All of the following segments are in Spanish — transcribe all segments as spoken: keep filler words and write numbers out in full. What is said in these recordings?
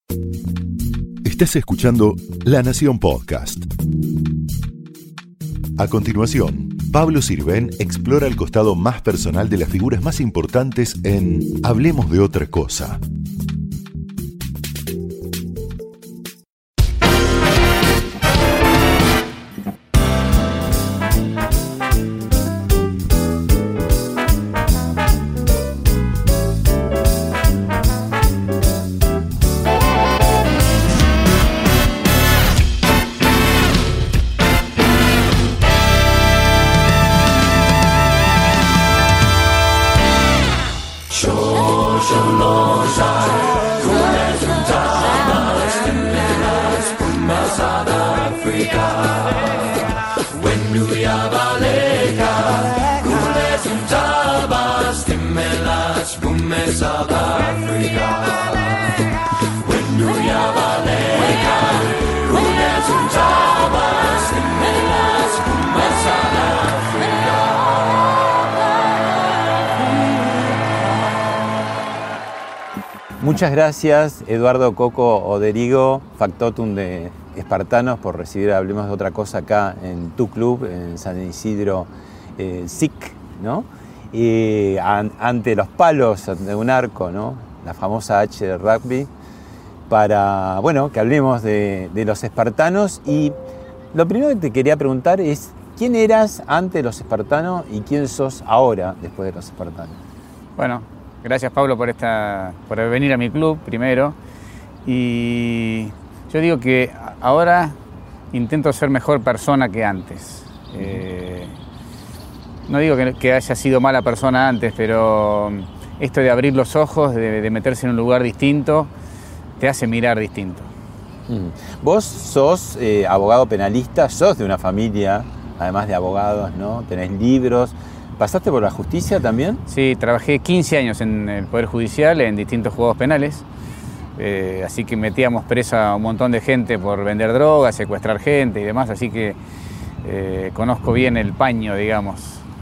Estás escuchando La Nación Podcast. A continuación, Pablo Sirven explora el costado más personal de las figuras más importantes en Hablemos de otra cosa. Muchas gracias, Eduardo Coco Oderigo, factotum de Espartanos, por recibir Hablemos de otra cosa acá en tu club, en San Isidro, eh, S I C, ¿no? Y an, ante los palos de un arco, ¿no? La famosa H de rugby, para, bueno, que hablemos de, de los espartanos. Y lo primero que te quería preguntar es, ¿quién eras antes de los espartanos y quién sos ahora después de los espartanos? Bueno, gracias Pablo por, esta, por venir a mi club primero. Y yo digo que ahora intento ser mejor persona que antes. Eh, no digo que, que haya sido mala persona antes, pero esto de abrir los ojos, de, de meterse en un lugar distinto, te hace mirar distinto. Mm. Vos sos eh, abogado penalista, sos de una familia, además de abogados, ¿no? Tenés libros. ¿Pasaste por la justicia también? Sí, trabajé quince años en el Poder Judicial, en distintos juzgados penales. Eh, así que metíamos presa a un montón de gente por vender drogas, secuestrar gente y demás. Así que eh, conozco bien el paño, digamos.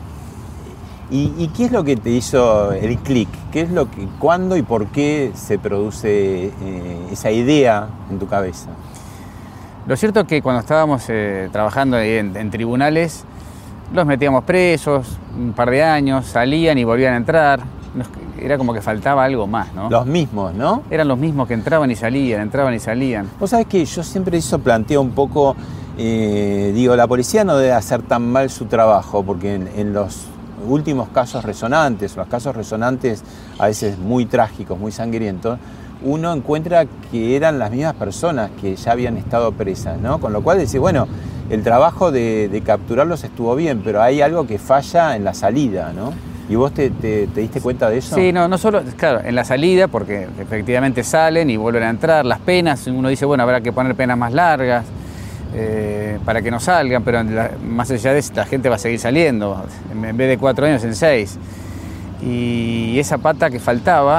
¿Y, ¿Y qué es lo que te hizo el clic? ¿Qué es lo que, cuándo y por qué se produce eh, esa idea en tu cabeza? Lo cierto es que cuando estábamos eh, trabajando en, en tribunales, los metíamos presos un par de años, salían y volvían a entrar. Nos, era como que faltaba algo más, ¿no? Los mismos, ¿no? Eran los mismos que entraban y salían, entraban y salían. Vos sabés que yo siempre eso planteo un poco, eh, digo, la policía no debe hacer tan mal su trabajo, porque en, en los últimos casos resonantes, los casos resonantes a veces muy trágicos, muy sangrientos, uno encuentra que eran las mismas personas que ya habían estado presas, ¿no? Con lo cual decís, bueno, el trabajo de, de capturarlos estuvo bien, pero hay algo que falla en la salida, ¿no? ¿Y vos te, te, te diste cuenta de eso? Sí, no, no solo, claro, en la salida, porque efectivamente salen y vuelven a entrar, las penas, uno dice, bueno, habrá que poner penas más largas eh, para que no salgan, pero la, más allá de eso, la gente va a seguir saliendo, en vez de cuatro años, en seis. Y esa pata que faltaba,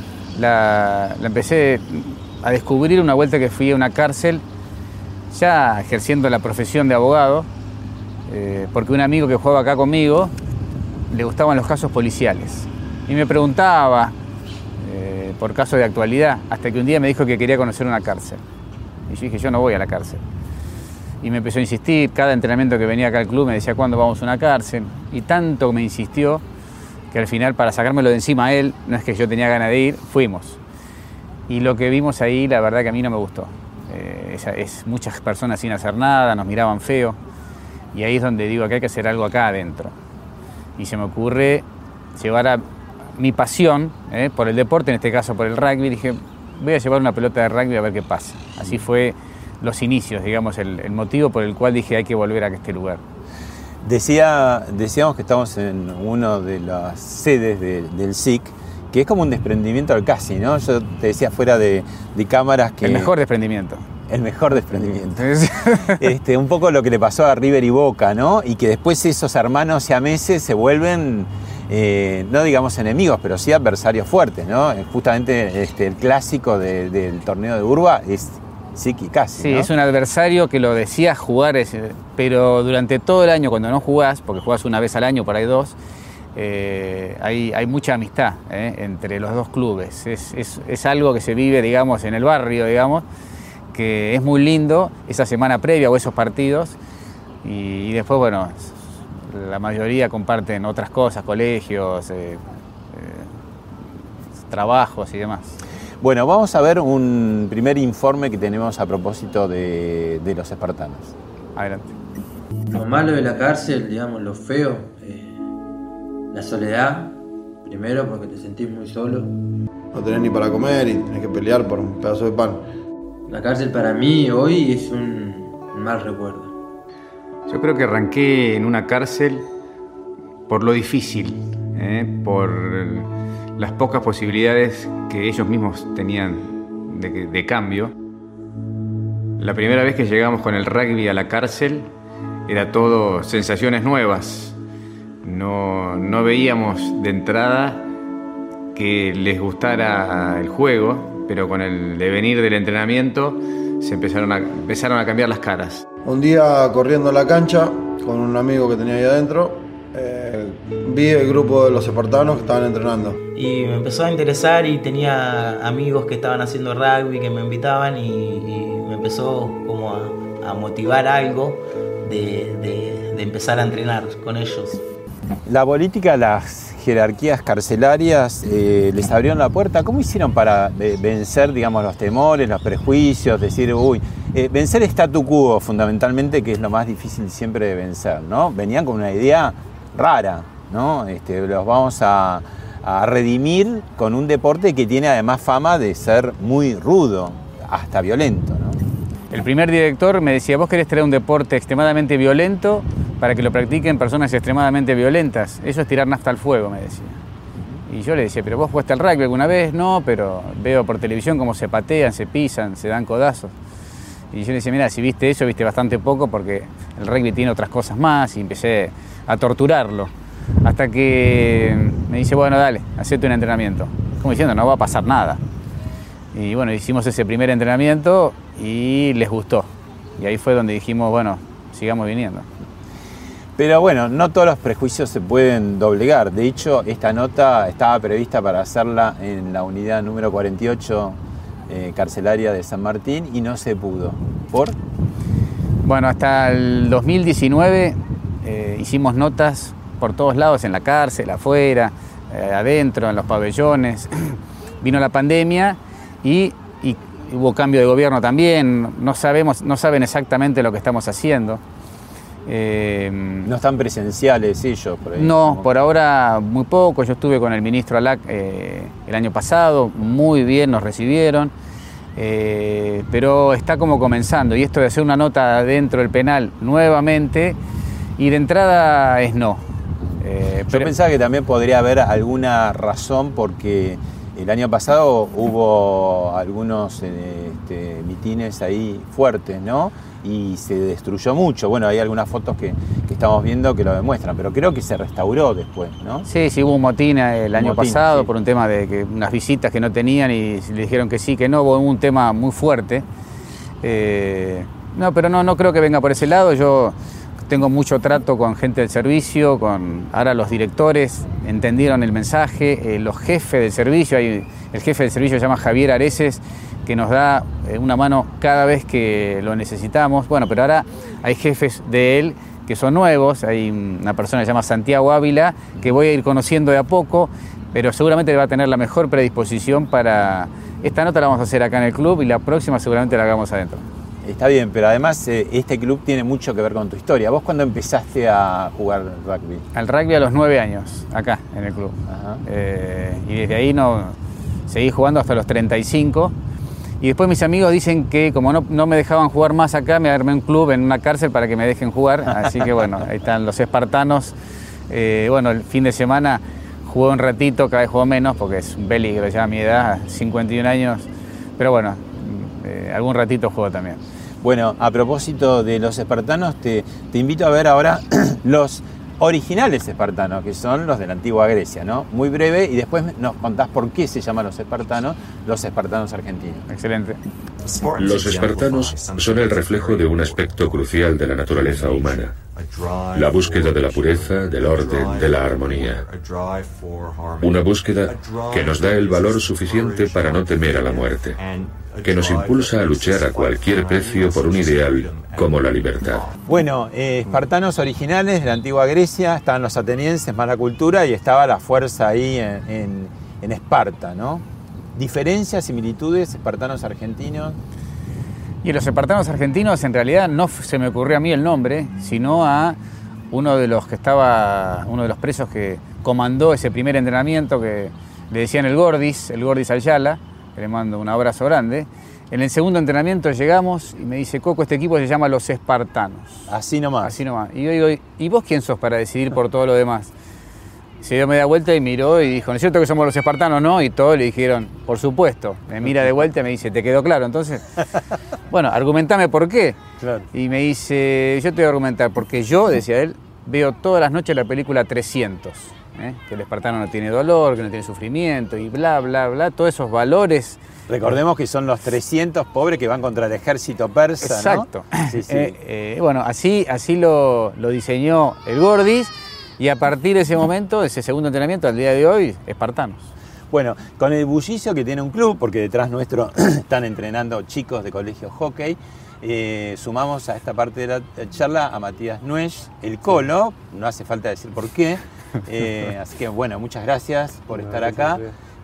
la, la empecé a descubrir una vuelta que fui a una cárcel, ya ejerciendo la profesión de abogado, eh, porque un amigo que jugaba acá conmigo le gustaban los casos policiales y me preguntaba eh, por casos de actualidad, hasta que un día me dijo que quería conocer una cárcel y yo dije, yo no voy a la cárcel, y me empezó a insistir. Cada entrenamiento que venía acá al club me decía, ¿cuándo vamos a una cárcel? Y tanto me insistió que al final, para sacármelo de encima a él, no es que yo tenía ganas de ir, fuimos, y lo que vimos ahí, la verdad que a mí no me gustó. Eh, es, es muchas personas sin hacer nada, nos miraban feo, y ahí es donde digo que hay que hacer algo acá adentro. Y se me ocurre llevar a mi pasión eh, por el deporte, en este caso por el rugby. Dije, voy a llevar una pelota de rugby a ver qué pasa. Así fue los inicios, digamos, el, el motivo por el cual dije hay que volver a este lugar. Decía, decíamos que estamos en una de las sedes de, del S I C, que es como un desprendimiento al casi, ¿no? Yo te decía fuera de, de cámaras que... El mejor desprendimiento. El mejor desprendimiento. este, un poco lo que le pasó a River y Boca, ¿no? Y que después esos hermanos siameses se vuelven, eh, no digamos enemigos, pero sí adversarios fuertes, ¿no? Justamente este, el clásico de, del torneo de Urba es S I C y casi, Sí, ¿no? es un adversario que lo decía jugar, pero durante todo el año, cuando no jugás, porque jugás una vez al año, por ahí dos, eh, hay, hay mucha amistad eh, entre los dos clubes. Es, es, es algo que se vive, digamos, en el barrio, digamos, que es muy lindo esa semana previa o esos partidos. Y, y después, bueno, la mayoría comparten otras cosas, colegios, eh, eh, trabajos y demás. Bueno, vamos a ver un primer informe que tenemos a propósito de, de los espartanos. Adelante. Lo malo de la cárcel, digamos, lo feo, eh, la soledad, primero porque te sentís muy solo. No tenés ni para comer y tenés que pelear por un pedazo de pan. La cárcel para mí hoy es un mal recuerdo. Yo creo que arranqué en una cárcel por lo difícil, ¿eh? por las pocas posibilidades que ellos mismos tenían de, de cambio. La primera vez que llegamos con el rugby a la cárcel era todo sensaciones nuevas. No, no veíamos de entrada que les gustara el juego, pero con el devenir del entrenamiento se empezaron a, empezaron a cambiar las caras. Un día corriendo en la cancha con un amigo que tenía ahí adentro, eh, vi el grupo de los espartanos que estaban entrenando. Y me empezó a interesar y tenía amigos que estaban haciendo rugby que me invitaban y, y me empezó como a, a motivar algo de, de, de empezar a entrenar con ellos. La política, las jerarquías carcelarias eh, les abrieron la puerta. ¿Cómo hicieron para eh, vencer, digamos, los temores, los prejuicios? Decir, uy, eh, vencer statu quo fundamentalmente, que es lo más difícil siempre de vencer, ¿no? Venían con una idea rara, ¿no? Este, los vamos a, a redimir con un deporte que tiene además fama de ser muy rudo, hasta violento, ¿no? El primer director me decía, vos querés traer un deporte extremadamente violento para que lo practiquen personas extremadamente violentas. Eso es tirar nafta al fuego, me decía. Y yo le decía, pero vos jugaste al rugby alguna vez, no, pero veo por televisión cómo se patean, se pisan, se dan codazos. Y yo le decía, mira, si viste eso, viste bastante poco porque el rugby tiene otras cosas más, y empecé a torturarlo. Hasta que me dice, bueno, dale, hacete un entrenamiento. Como diciendo, no va a pasar nada. Y bueno, hicimos ese primer entrenamiento y les gustó. Y ahí fue donde dijimos, bueno, sigamos viniendo. Pero bueno, no todos los prejuicios se pueden doblegar. De hecho, esta nota estaba prevista para hacerla en la unidad número cuarenta y ocho eh, carcelaria de San Martín y no se pudo. ¿Por? Bueno, hasta el dos mil diecinueve eh, hicimos notas por todos lados, en la cárcel, afuera, eh, adentro, en los pabellones. Vino la pandemia y, y hubo cambio de gobierno también. No sabemos, no saben exactamente lo que estamos haciendo. Eh, no están presenciales ellos por ahí. No, como... por ahora muy poco. Yo estuve con el ministro Alac eh, el año pasado, muy bien nos recibieron, eh, pero está como comenzando, y esto de hacer una nota dentro del penal nuevamente, y de entrada es no. Eh, Yo pero... pensaba que también podría haber alguna razón, porque el año pasado hubo algunos eh, este, mitines ahí fuertes, ¿no? Y se destruyó mucho. Bueno, hay algunas fotos que, que estamos viendo que lo demuestran, pero creo que se restauró después, ¿no? Sí, sí, hubo un motín el un año motín, pasado, sí, por un tema de que unas visitas que no tenían y le dijeron que sí, que no, hubo un tema muy fuerte. Eh, no, pero no, no creo que venga por ese lado. Yo tengo mucho trato con gente del servicio, con ahora los directores entendieron el mensaje, eh, los jefes del servicio, hay, el jefe del servicio se llama Javier Areces, que nos da una mano cada vez que lo necesitamos. Bueno, pero ahora hay jefes de él que son nuevos, hay una persona que se llama Santiago Ávila, que voy a ir conociendo de a poco, pero seguramente va a tener la mejor predisposición para... Esta nota la vamos a hacer acá en el club y la próxima seguramente la hagamos adentro. Está bien, pero además eh, este club tiene mucho que ver con tu historia. ¿Vos cuándo empezaste a jugar rugby? Al rugby a los nueve años, acá en el club. Ajá. Eh, y desde ahí no, seguí jugando hasta los treinta y cinco. Y después mis amigos dicen que como no, no me dejaban jugar más acá, me armé un club en una cárcel para que me dejen jugar. Así que bueno, ahí están los espartanos. Eh, bueno, el fin de semana jugué un ratito, cada vez juego menos porque es un peligro ya a mi edad, cincuenta y un años. Pero bueno, eh, algún ratito juego también. Bueno, a propósito de los espartanos, te, te invito a ver ahora los originales espartanos, que son los de la antigua Grecia, ¿no? Muy breve, y después nos contás por qué se llaman los espartanos, los espartanos argentinos. Excelente. Los espartanos son el reflejo de un aspecto crucial de la naturaleza humana, La búsqueda de la pureza, del orden, de la armonía. Una búsqueda que nos da el valor suficiente para no temer a la muerte, que nos impulsa a luchar a cualquier precio por un ideal como la libertad. Bueno, eh, espartanos originales de la antigua Grecia, estaban los atenienses, más la cultura, y estaba la fuerza ahí en, en, en Esparta, ¿no? ¿Diferencias, similitudes, espartanos argentinos? Y los espartanos argentinos, en realidad no se me ocurrió a mí el nombre, sino a uno de los que estaba, uno de los presos que comandó ese primer entrenamiento, que le decían el Gordis, el Gordis Ayala, que le mando un abrazo grande. En el segundo entrenamiento llegamos y me dice, Coco, este equipo se llama Los Espartanos. Así nomás. Así nomás. Y yo digo, ¿y vos quién sos para decidir por todo lo demás? Se dio media vuelta y miró y dijo, ¿no es cierto que somos los espartanos, no? Y todos le dijeron, por supuesto. Me mira de vuelta y me dice, ¿te quedó claro? Entonces, bueno, argumentame por qué. Claro. Y me dice, yo te voy a argumentar, porque yo, decía él, veo todas las noches la película trescientos, ¿eh? Que el espartano no tiene dolor, que no tiene sufrimiento y bla, bla, bla, todos esos valores. Recordemos que son los trescientos pobres que van contra el ejército persa, exacto. ¿no? Sí, sí. Eh, eh, bueno, así, así lo, lo diseñó el Gordis. Y a partir de ese momento, ese segundo entrenamiento, al día de hoy, espartanos. Bueno, con el bullicio que tiene un club, porque detrás nuestro están entrenando chicos de colegio hockey, eh, sumamos a esta parte de la charla a Matías Nuech, el Colo, no hace falta decir por qué. Eh, así que bueno, muchas gracias por estar acá.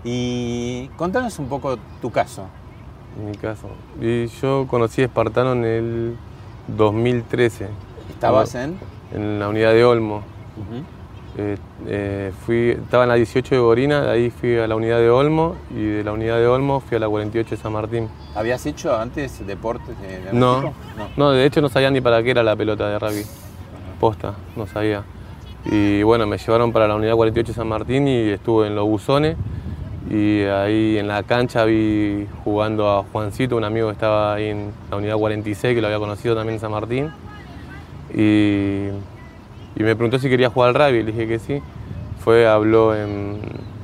Y contanos un poco tu caso. Mi caso. Y yo conocí a Espartano en el dos mil trece. ¿Estabas en? En la unidad de Olmo. Uh-huh. eh, eh, fui, estaba en la dieciocho de Gorina, de ahí fui a la unidad de Olmo y de la unidad de Olmo fui a la cuarenta y ocho de San Martín. ¿Habías hecho antes deportes de, de no, no, no, de hecho no sabía ni para qué era la pelota de rugby. Posta, no sabía. Y bueno, me llevaron para la unidad cuarenta y ocho de San Martín y estuve en los buzones. Y ahí en la cancha vi jugando a Juancito, un amigo que estaba ahí en la unidad cuarenta y seis, que lo había conocido también en San Martín. Y, y me preguntó si quería jugar al rugby, le dije que sí. Fue, habló en,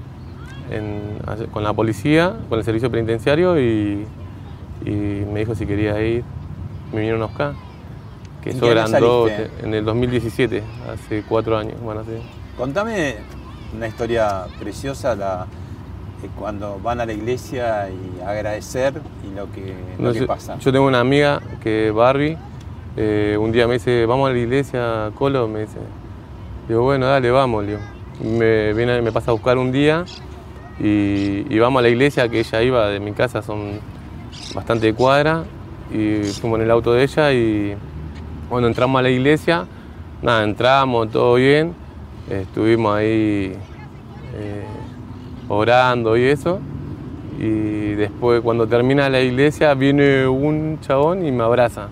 en, con la policía, con el servicio penitenciario y, y me dijo si quería ir. Me vinieron a buscar. Que eso eran dos, en el dos mil diecisiete, hace cuatro años. Bueno, sí. Contame una historia preciosa, la... cuando van a la iglesia y agradecer y lo que, lo no, que yo, pasa. Yo tengo una amiga que Barbie, eh, un día me dice, vamos a la iglesia, Colo, me dice. Digo, bueno, dale, vamos, digo. Me, viene, me pasa a buscar un día y, y vamos a la iglesia, que ella iba de mi casa, son bastante cuadras, y fuimos en el auto de ella y cuando entramos a la iglesia, nada, entramos, todo bien, estuvimos ahí eh, orando y eso, y después cuando termina la iglesia viene un chabón y me abraza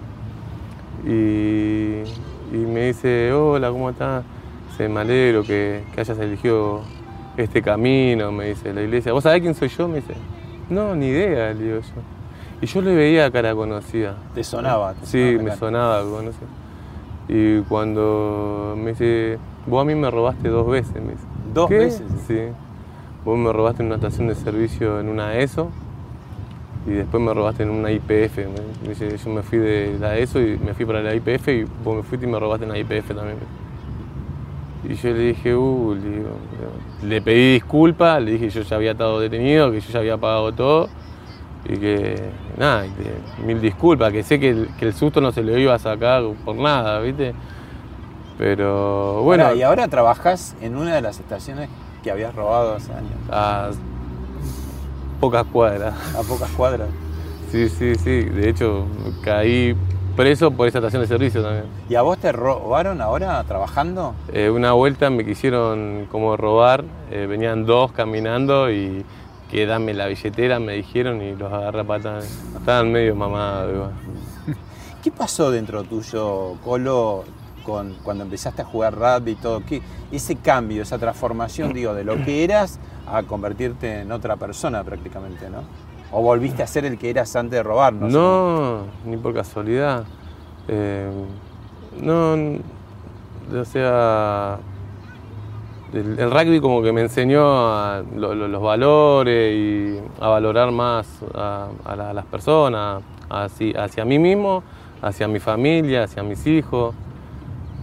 y, y me dice, hola, ¿cómo estás? Dice, me alegro que, que hayas elegido este camino, me dice, la iglesia. ¿Vos sabés quién soy yo? Me dice, no, ni idea, le digo yo. Y yo le veía cara conocida. ¿Te sonaba? Te sí, sonaba, me claro. sonaba conocida. Y cuando me dice, vos a mí me robaste dos veces, me dice. ¿Dos ¿Qué? veces? Sí. Vos me robaste en una estación de servicio en una ESO y después me robaste en una I P F. Me dice, yo me fui de la ESO y me fui para la I P F y vos me fuiste y me robaste en la I P F también. Y yo le dije, uh, le, digo, le pedí disculpas, le dije que yo ya había estado detenido, que yo ya había pagado todo y que, nada, que, mil disculpas, que sé que el, que el susto no se lo iba a sacar por nada, ¿viste? Pero bueno. Ahora, y ahora trabajás en una de las estaciones que habías robado hace años. A pocas cuadras. A pocas cuadras. Sí, sí, sí. De hecho, caí preso por esa estación de servicio también. ¿Y a vos te robaron ahora trabajando? Eh, una vuelta me quisieron como robar. Eh, venían dos caminando y que dame la billetera, me dijeron, y los agarré a patadas. Estaban medio mamados igual. ¿Qué pasó dentro tuyo, Colo, con, cuando empezaste a jugar rugby y todo? ¿Qué, ese cambio, esa transformación, digo, de lo que eras a convertirte en otra persona prácticamente, ¿no? ¿O volviste a ser el que eras antes de robar? No, no ni por casualidad. Eh, no, o sea, el, el rugby como que me enseñó a, lo, lo, los valores y a valorar más a, a, la, a las personas, hacia, hacia mí mismo, hacia mi familia, hacia mis hijos.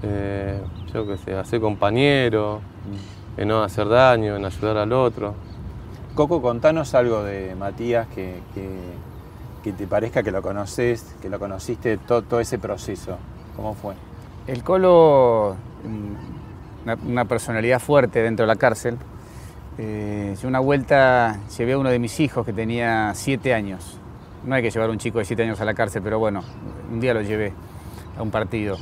eh, yo qué sé, hacer compañero, en no hacer daño, en ayudar al otro. Coco, contanos algo de Matías que, que, que te parezca que lo conoces, que lo conociste todo, todo ese proceso. ¿Cómo fue? El Colo, una, una personalidad fuerte dentro de la cárcel. Eh, yo una vuelta llevé a uno de mis hijos que tenía siete años. No hay que llevar a un chico de siete años a la cárcel, pero bueno, un día lo llevé a un partido.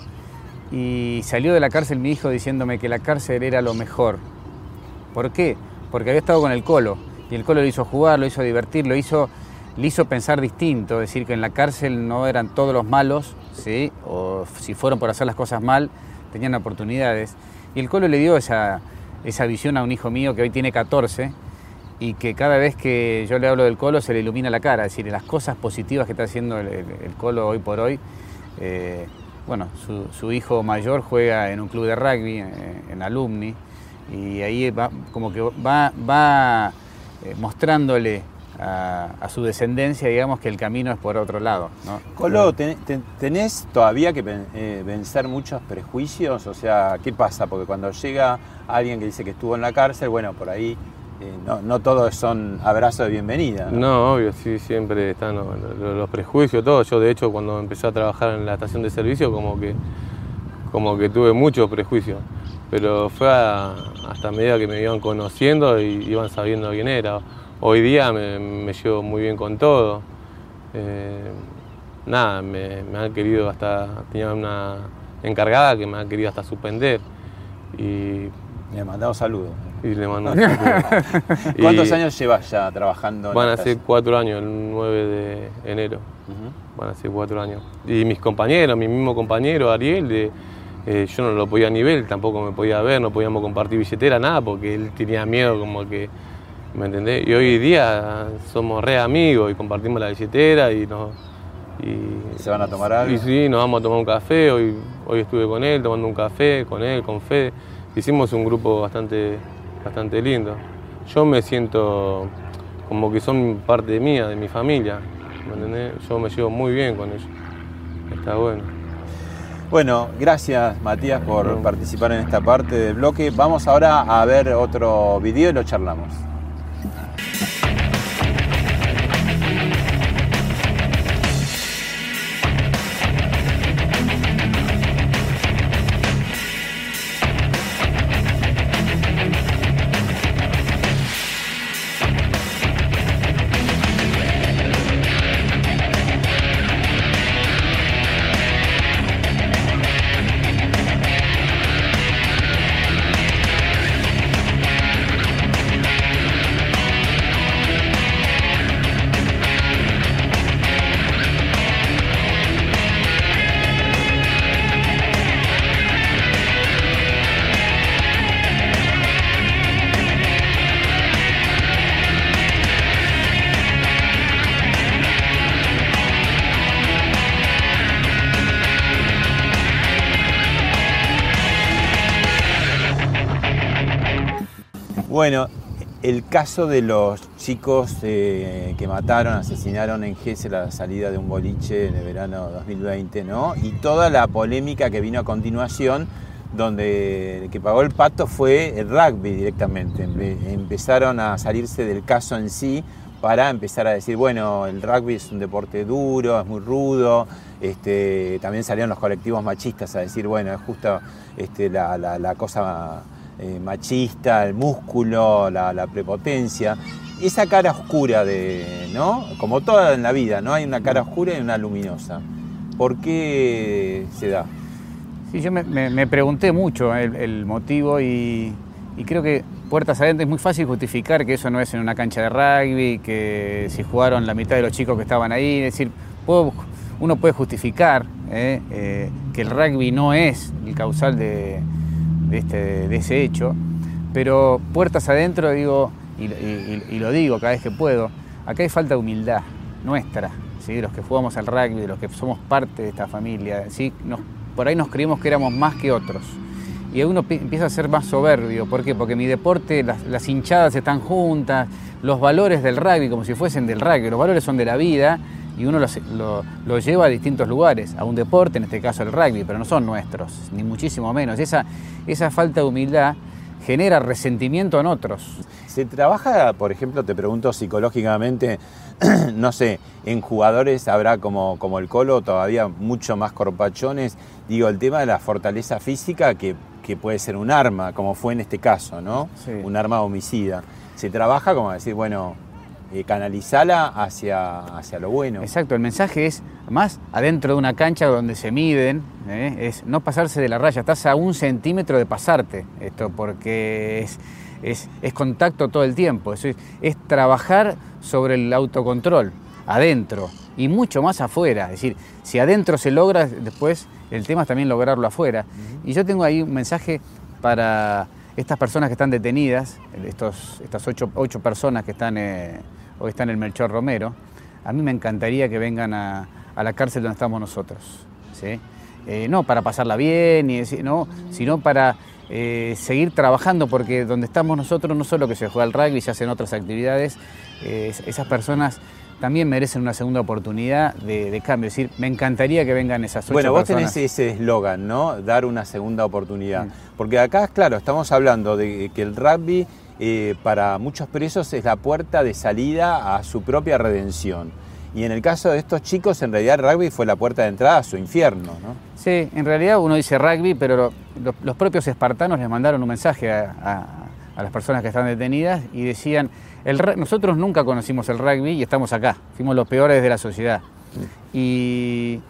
Y salió de la cárcel mi hijo diciéndome que la cárcel era lo mejor. ¿Por qué? Porque había estado con el Colo. Y el Colo lo hizo jugar, lo hizo divertir, lo hizo, le hizo pensar distinto. Es decir, que en la cárcel no eran todos los malos, ¿sí? O si fueron por hacer las cosas mal, tenían oportunidades. Y el Colo le dio esa, esa visión a un hijo mío que hoy tiene catorce y que cada vez que yo le hablo del Colo se le ilumina la cara. Es decir, las cosas positivas que está haciendo el, el, el Colo hoy por hoy. Eh, bueno, su, su hijo mayor juega en un club de rugby, en, en Alumni, y ahí va, como que va... va Eh, mostrándole a, a su descendencia, digamos, que el camino es por otro lado, ¿no? Colo, ten, ten, ¿tenés todavía que eh, vencer muchos prejuicios? O sea, ¿qué pasa? Porque cuando llega alguien que dice que estuvo en la cárcel, bueno, por ahí eh, no, no todos son abrazos de bienvenida, ¿no? No, obvio, sí, siempre están los, los prejuicios, todo. Yo, de hecho, cuando empecé a trabajar en la estación de servicio, como que, como que tuve muchos prejuicios. Pero fue a, hasta a medida que me iban conociendo y iban sabiendo quién era. Hoy día me, me llevo muy bien con todo. Eh, nada, me, me han querido hasta, tenía una encargada que me ha querido hasta suspender. Y le mandamos saludos. Y le mandamos saludos. ¿Cuántos y años llevas ya trabajando? Van a ser cuatro años, el nueve de enero. Uh-huh. Van a ser cuatro años. Y mis compañeros, mi mismo compañero, Ariel, de, Eh, yo no lo podía ni ver, tampoco me podía ver, no podíamos compartir billetera, nada, porque él tenía miedo, como que, ¿me entendés? Y hoy día somos re amigos y compartimos la billetera y nos... Y, ¿se van a tomar algo? Y sí, nos vamos a tomar un café, hoy, hoy estuve con él tomando un café, con él, con Fede. Hicimos un grupo bastante, bastante lindo. Yo me siento como que son parte mía, de mi familia, ¿me entendés? Yo me llevo muy bien con ellos, está bueno. Bueno, gracias Matías por no. participar en esta parte del bloque. Vamos ahora a ver otro video y lo charlamos. Bueno, el caso de los chicos eh, que mataron, asesinaron en Gesell a la salida de un boliche de verano dos mil veinte, ¿no? Y toda la polémica que vino a continuación, donde el que pagó el pato fue el rugby directamente. Empezaron a salirse del caso en sí para empezar a decir, bueno, el rugby es un deporte duro, es muy rudo. Este, también salieron los colectivos machistas a decir, bueno, es justo este, la, la, la cosa... Eh, machista, el músculo, la, la prepotencia, esa cara oscura de, ¿no? Como toda en la vida, ¿no? Hay una cara oscura y una luminosa. ¿Por qué se da? Sí, yo me, me, me pregunté mucho el, el motivo y, y creo que puertas adentro es muy fácil justificar que eso no es en una cancha de rugby, que si jugaron la mitad de los chicos que estaban ahí, es decir, puedo, uno puede justificar eh, eh, que el rugby no es el causal de De, este, de ese hecho, pero puertas adentro digo, y, y, y lo digo cada vez que puedo, acá hay falta de humildad nuestra, ¿sí? De los que jugamos al rugby, de los que somos parte de esta familia, ¿sí? Nos, por ahí nos creímos que éramos más que otros, y uno empieza a ser más soberbio. ¿Por qué? Porque mi deporte, las, las hinchadas están juntas, los valores del rugby como si fuesen del rugby, los valores son de la vida, y uno los, lo, lo lleva a distintos lugares, a un deporte, en este caso el rugby, pero no son nuestros, ni muchísimo menos. Esa, esa falta de humildad genera resentimiento en otros. ¿Se trabaja, por ejemplo, te pregunto psicológicamente, no sé, en jugadores habrá como, como el Colo todavía mucho más corpachones? Digo, el tema de la fortaleza física que, que puede ser un arma, como fue en este caso, ¿no? Sí. Un arma homicida. Se trabaja como decir, bueno, eh, canalizala hacia, hacia lo bueno. Exacto, el mensaje es más adentro de una cancha donde se miden, ¿eh? Es no pasarse de la raya, estás a un centímetro de pasarte esto, porque es... Es, es contacto todo el tiempo, es, es trabajar sobre el autocontrol, adentro y mucho más afuera. Es decir, si adentro se logra, después el tema es también lograrlo afuera. Uh-huh. Y yo tengo ahí un mensaje para estas personas que están detenidas, estos, estas ocho, ocho personas que están, eh, hoy están en el Melchor Romero. A mí me encantaría que vengan a, a la cárcel donde estamos nosotros, ¿sí? Eh, no para pasarla bien, y, no, sino para... Eh, seguir trabajando, porque donde estamos nosotros no solo que se juega el rugby, se hacen otras actividades, eh, esas personas también merecen una segunda oportunidad de, de cambio. Es decir, me encantaría que vengan esas ocho bueno, vos personas. tenés ese eslogan, ¿no? Dar una segunda oportunidad. Mm. Porque acá, claro, estamos hablando de que el rugby eh, para muchos presos es la puerta de salida a su propia redención. Y en el caso de estos chicos, en realidad el rugby fue la puerta de entrada a su infierno, ¿no? Sí, en realidad uno dice rugby, pero lo, lo, los propios espartanos les mandaron un mensaje a, a, a las personas que están detenidas y decían, el, nosotros nunca conocimos el rugby y estamos acá, fuimos los peores de la sociedad. Mm. Y,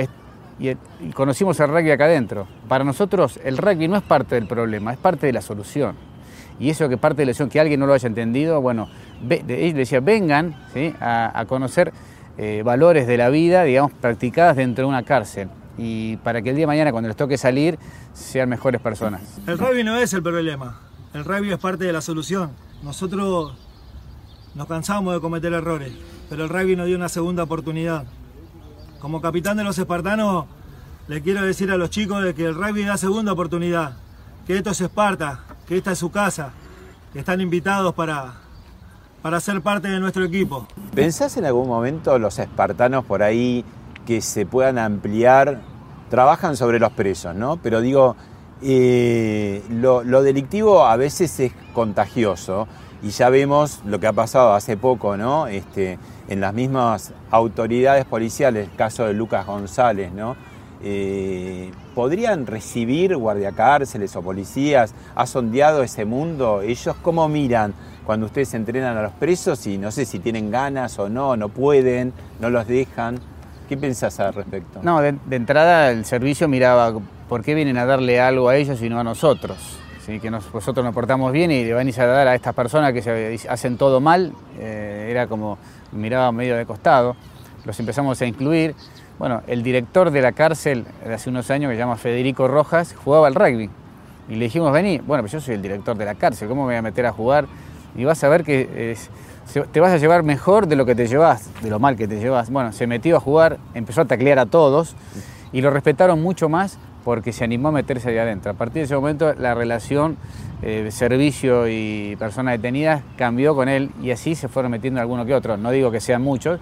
y, y conocimos el rugby acá adentro. Para nosotros el rugby no es parte del problema, es parte de la solución. Y eso que parte de la solución, que alguien no lo haya entendido, bueno, ve, de, él decía, vengan, ¿sí? a, a conocer eh, valores de la vida, digamos, practicadas dentro de una cárcel. Y para que el día de mañana, cuando les toque salir, sean mejores personas. El rugby no es el problema, el rugby es parte de la solución. Nosotros nos cansamos de cometer errores, pero el rugby nos dio una segunda oportunidad. Como capitán de los espartanos, le quiero decir a los chicos de que el rugby da segunda oportunidad, que esto es Esparta, que esta es su casa, que están invitados para, para ser parte de nuestro equipo. ¿Pensás en algún momento los espartanos por ahí que se puedan ampliar? Trabajan sobre los presos, ¿no? Pero digo, eh, lo, lo delictivo a veces es contagioso y ya vemos lo que ha pasado hace poco, ¿no? Este, en las mismas autoridades policiales, el caso de Lucas González, ¿no? Eh, ¿Podrían recibir guardiacárceles o policías? ¿Ha sondeado ese mundo? ¿Ellos cómo miran cuando ustedes entrenan a los presos y no sé si tienen ganas o no, no pueden, no los dejan? ¿Qué pensás al respecto? No, de, de entrada el servicio miraba por qué vienen a darle algo a ellos y no a nosotros. ¿Sí? Que nos, nosotros nos portamos bien y le van a ir a dar a estas personas que se hacen todo mal. Eh, era como, miraba medio de costado. Los empezamos a incluir. Bueno, el director de la cárcel de hace unos años, que se llama Federico Rojas, jugaba al rugby. Y le dijimos, vení, bueno, pues yo soy el director de la cárcel, ¿cómo me voy a meter a jugar? Y vas a ver que es, te vas a llevar mejor de lo que te llevas, de lo mal que te llevas. Bueno, se metió a jugar, empezó a taclear a todos y lo respetaron mucho más porque se animó a meterse ahí adentro. A partir de ese momento la relación eh, servicio y personas detenidas cambió con él y así se fueron metiendo alguno que otro. No digo que sean muchos,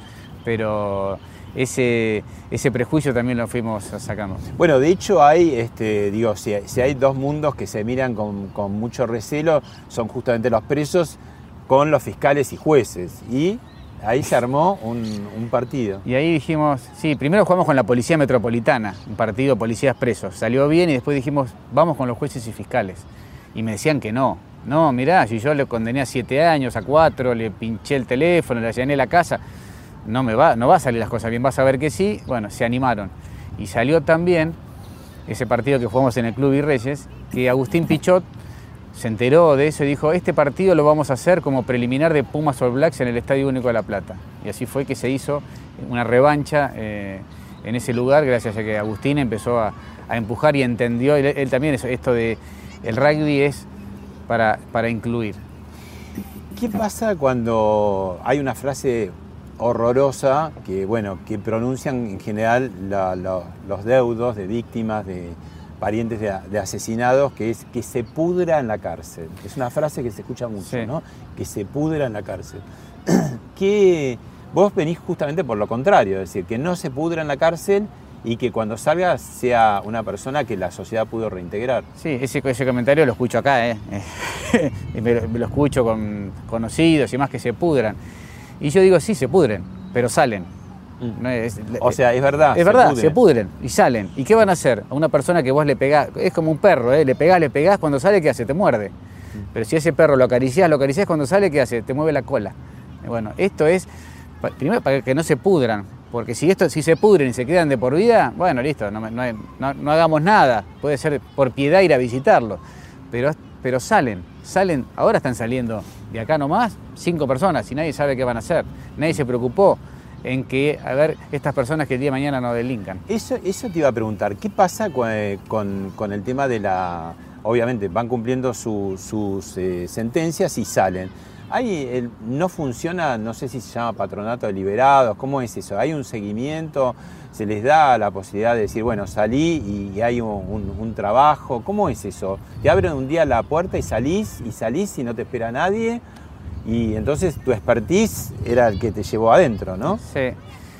pero ese, ese prejuicio también lo fuimos sacando. Bueno, de hecho hay, este, digo, si, si hay dos mundos que se miran con, con mucho recelo, son justamente los presos con los fiscales y jueces. Y ahí se armó un, un partido. Y ahí dijimos, sí, primero jugamos con la Policía Metropolitana, un partido de policías presos. Salió bien y después dijimos, vamos con los jueces y fiscales. Y me decían que no. No, mirá, si yo le condené a siete años, a cuatro, le pinché el teléfono, le allané la casa, no me va, no va a salir las cosas bien, vas a ver que sí. Bueno, se animaron. Y salió también ese partido que jugamos en el Club Virreyes, que Agustín Pichot se enteró de eso y dijo, este partido lo vamos a hacer como preliminar de Pumas All Blacks en el Estadio Único de La Plata. Y así fue que se hizo una revancha eh, en ese lugar, gracias a que Agustín empezó a, a empujar y entendió, él, él también, eso, esto de el rugby es para, para incluir. ¿Qué pasa cuando hay una frase horrorosa que, bueno, que pronuncian en general la, la, los deudos de víctimas, de parientes de, de asesinados, que es que se pudra en la cárcel? Es una frase que se escucha mucho, sí, ¿no? Que se pudra en la cárcel. ¿Qué, Vos venís justamente por lo contrario, es decir, que no se pudra en la cárcel y que cuando salga sea una persona que la sociedad pudo reintegrar. Sí, ese, ese comentario lo escucho acá, ¿eh? me, lo, me lo escucho con conocidos y más que se pudran. Y yo digo, sí, se pudren, pero salen. Mm. No es, o sea, es verdad. Es verdad, pudren. se pudren y salen. ¿Y qué van a hacer? A una persona que vos le pegás, es como un perro, ¿eh? Le pegás, le pegás, cuando sale, ¿qué hace? Te muerde. Mm. Pero si ese perro lo acariciás, lo acariciás, cuando sale, ¿qué hace? Te mueve la cola. Bueno, esto es, primero para que no se pudran. Porque si esto, si se pudren y se quedan de por vida, bueno, listo, no, no, no, no hagamos nada. Puede ser por piedad ir a visitarlo. Pero, pero salen, salen, ahora están saliendo de acá nomás cinco personas y nadie sabe qué van a hacer. Nadie se preocupó en que, a ver, estas personas que el día de mañana no delincan. Eso, eso te iba a preguntar, ¿qué pasa con, con, con el tema de la... Obviamente van cumpliendo su, sus eh, sentencias y salen. Ahí el, no funciona, no sé si se llama patronato de liberados, ¿cómo es eso? ¿Hay un seguimiento? ¿Se les da la posibilidad de decir, bueno, salí y hay un, un, un trabajo? ¿Cómo es eso? ¿Te abren un día la puerta y salís y salís y no te espera nadie? Y entonces tu expertise era el que te llevó adentro, ¿no? Sí.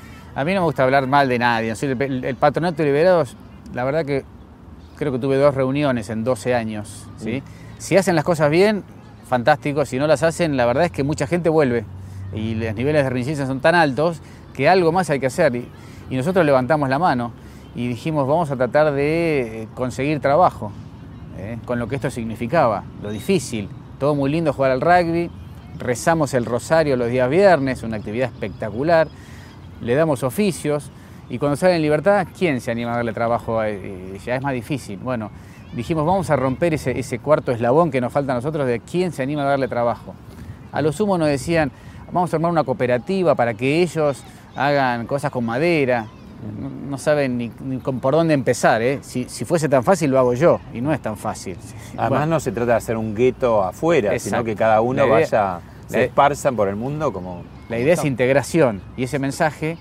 A mí no me gusta hablar mal de nadie. El, el, el patronato de liberados, la verdad que creo que tuve dos reuniones en doce años, ¿sí? Mm. Si hacen las cosas bien, fantástico. Si no las hacen, la verdad es que mucha gente vuelve. Y los niveles de reincidencia son tan altos que algo más hay que hacer. Y, y nosotros levantamos la mano y dijimos, vamos a tratar de conseguir trabajo, ¿eh? Con lo que esto significaba, lo difícil. Todo muy lindo jugar al rugby. Rezamos el rosario los días viernes, una actividad espectacular, le damos oficios y cuando sale en libertad, ¿quién se anima a darle trabajo? Eh, ya es más difícil. Bueno, dijimos, vamos a romper ese, ese cuarto eslabón que nos falta a nosotros de quién se anima a darle trabajo. A lo sumo nos decían, vamos a armar una cooperativa para que ellos hagan cosas con madera. No, no saben ni, ni con por dónde empezar, ¿eh? Si, si fuese tan fácil lo hago yo, y no es tan fácil. Además bueno, no se trata de hacer un gueto afuera, exacto, sino que cada uno idea, vaya, se esparzan por el mundo como... La idea como es integración, y ese mensaje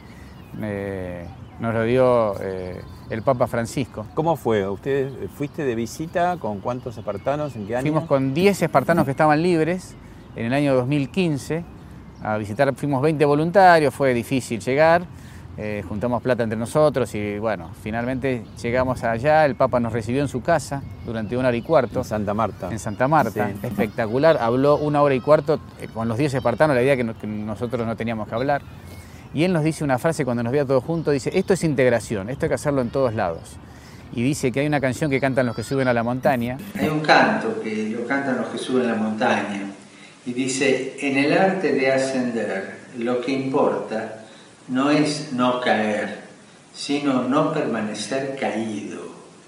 eh, nos lo dio eh, el Papa Francisco. ¿Cómo fue? ¿Usted fuiste de visita con cuántos espartanos? ¿En qué año? Fuimos con diez espartanos que estaban libres en el año dos mil quince a visitar, fuimos veinte voluntarios, fue difícil llegar. Eh, juntamos plata entre nosotros y bueno, finalmente llegamos allá, el Papa nos recibió en su casa durante una hora y cuarto. En Santa Marta. En Santa Marta, sí. Espectacular, habló una hora y cuarto eh, con los diez espartanos, la idea que, no, que nosotros no teníamos que hablar. Y él nos dice una frase cuando nos veía todos juntos, dice, esto es integración, esto hay que hacerlo en todos lados. Y dice que hay una canción que cantan los que suben a la montaña. Hay un canto que lo cantan los que suben a la montaña y dice, en el arte de ascender, lo que importa no es no caer, sino no permanecer caído.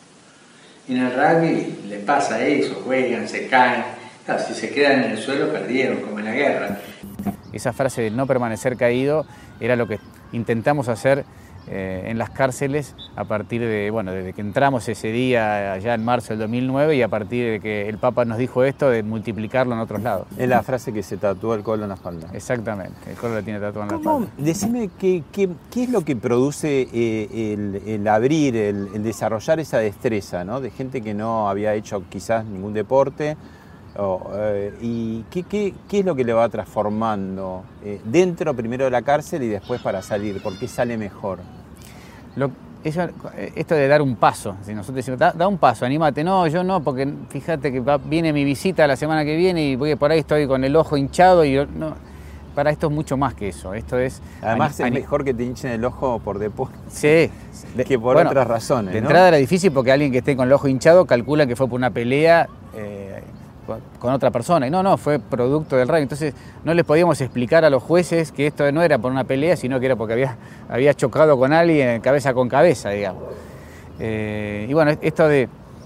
En el rugby le pasa eso, juegan, se caen. Claro, si se quedan en el suelo perdieron, como en la guerra. Esa frase de no permanecer caído era lo que intentamos hacer eh, en las cárceles a partir de, bueno, desde que entramos ese día allá en marzo del dos mil nueve y a partir de que el Papa nos dijo esto de multiplicarlo en otros lados. Es la frase que se tatuó el Colo en la espalda. Exactamente, el Colo lo tiene tatuado en la ¿Cómo? espalda. Decime qué, qué, qué es lo que produce eh, el, el abrir, el, el desarrollar esa destreza, ¿no? De gente que no había hecho quizás ningún deporte. Oh, eh, ¿Y qué, qué, qué es lo que le va transformando eh, dentro primero de la cárcel y después para salir? ¿Por qué sale mejor? Lo, eso, esto de dar un paso, si nosotros decimos, da, da un paso, anímate, no, yo no, porque fíjate que va, viene mi visita la semana que viene y voy, por ahí estoy con el ojo hinchado y yo, no, para esto es mucho más que eso, esto es... Además es mejor que te hinchen el ojo por deporte sí, de, que por bueno, otras razones, de ¿no? entrada era difícil porque alguien que esté con el ojo hinchado calcula que fue por una pelea eh, con otra persona, y no, no, fue producto del rugby. Entonces no les podíamos explicar a los jueces que esto no era por una pelea, sino que era porque había, había chocado con alguien cabeza con cabeza, digamos. Eh, y bueno, esto de,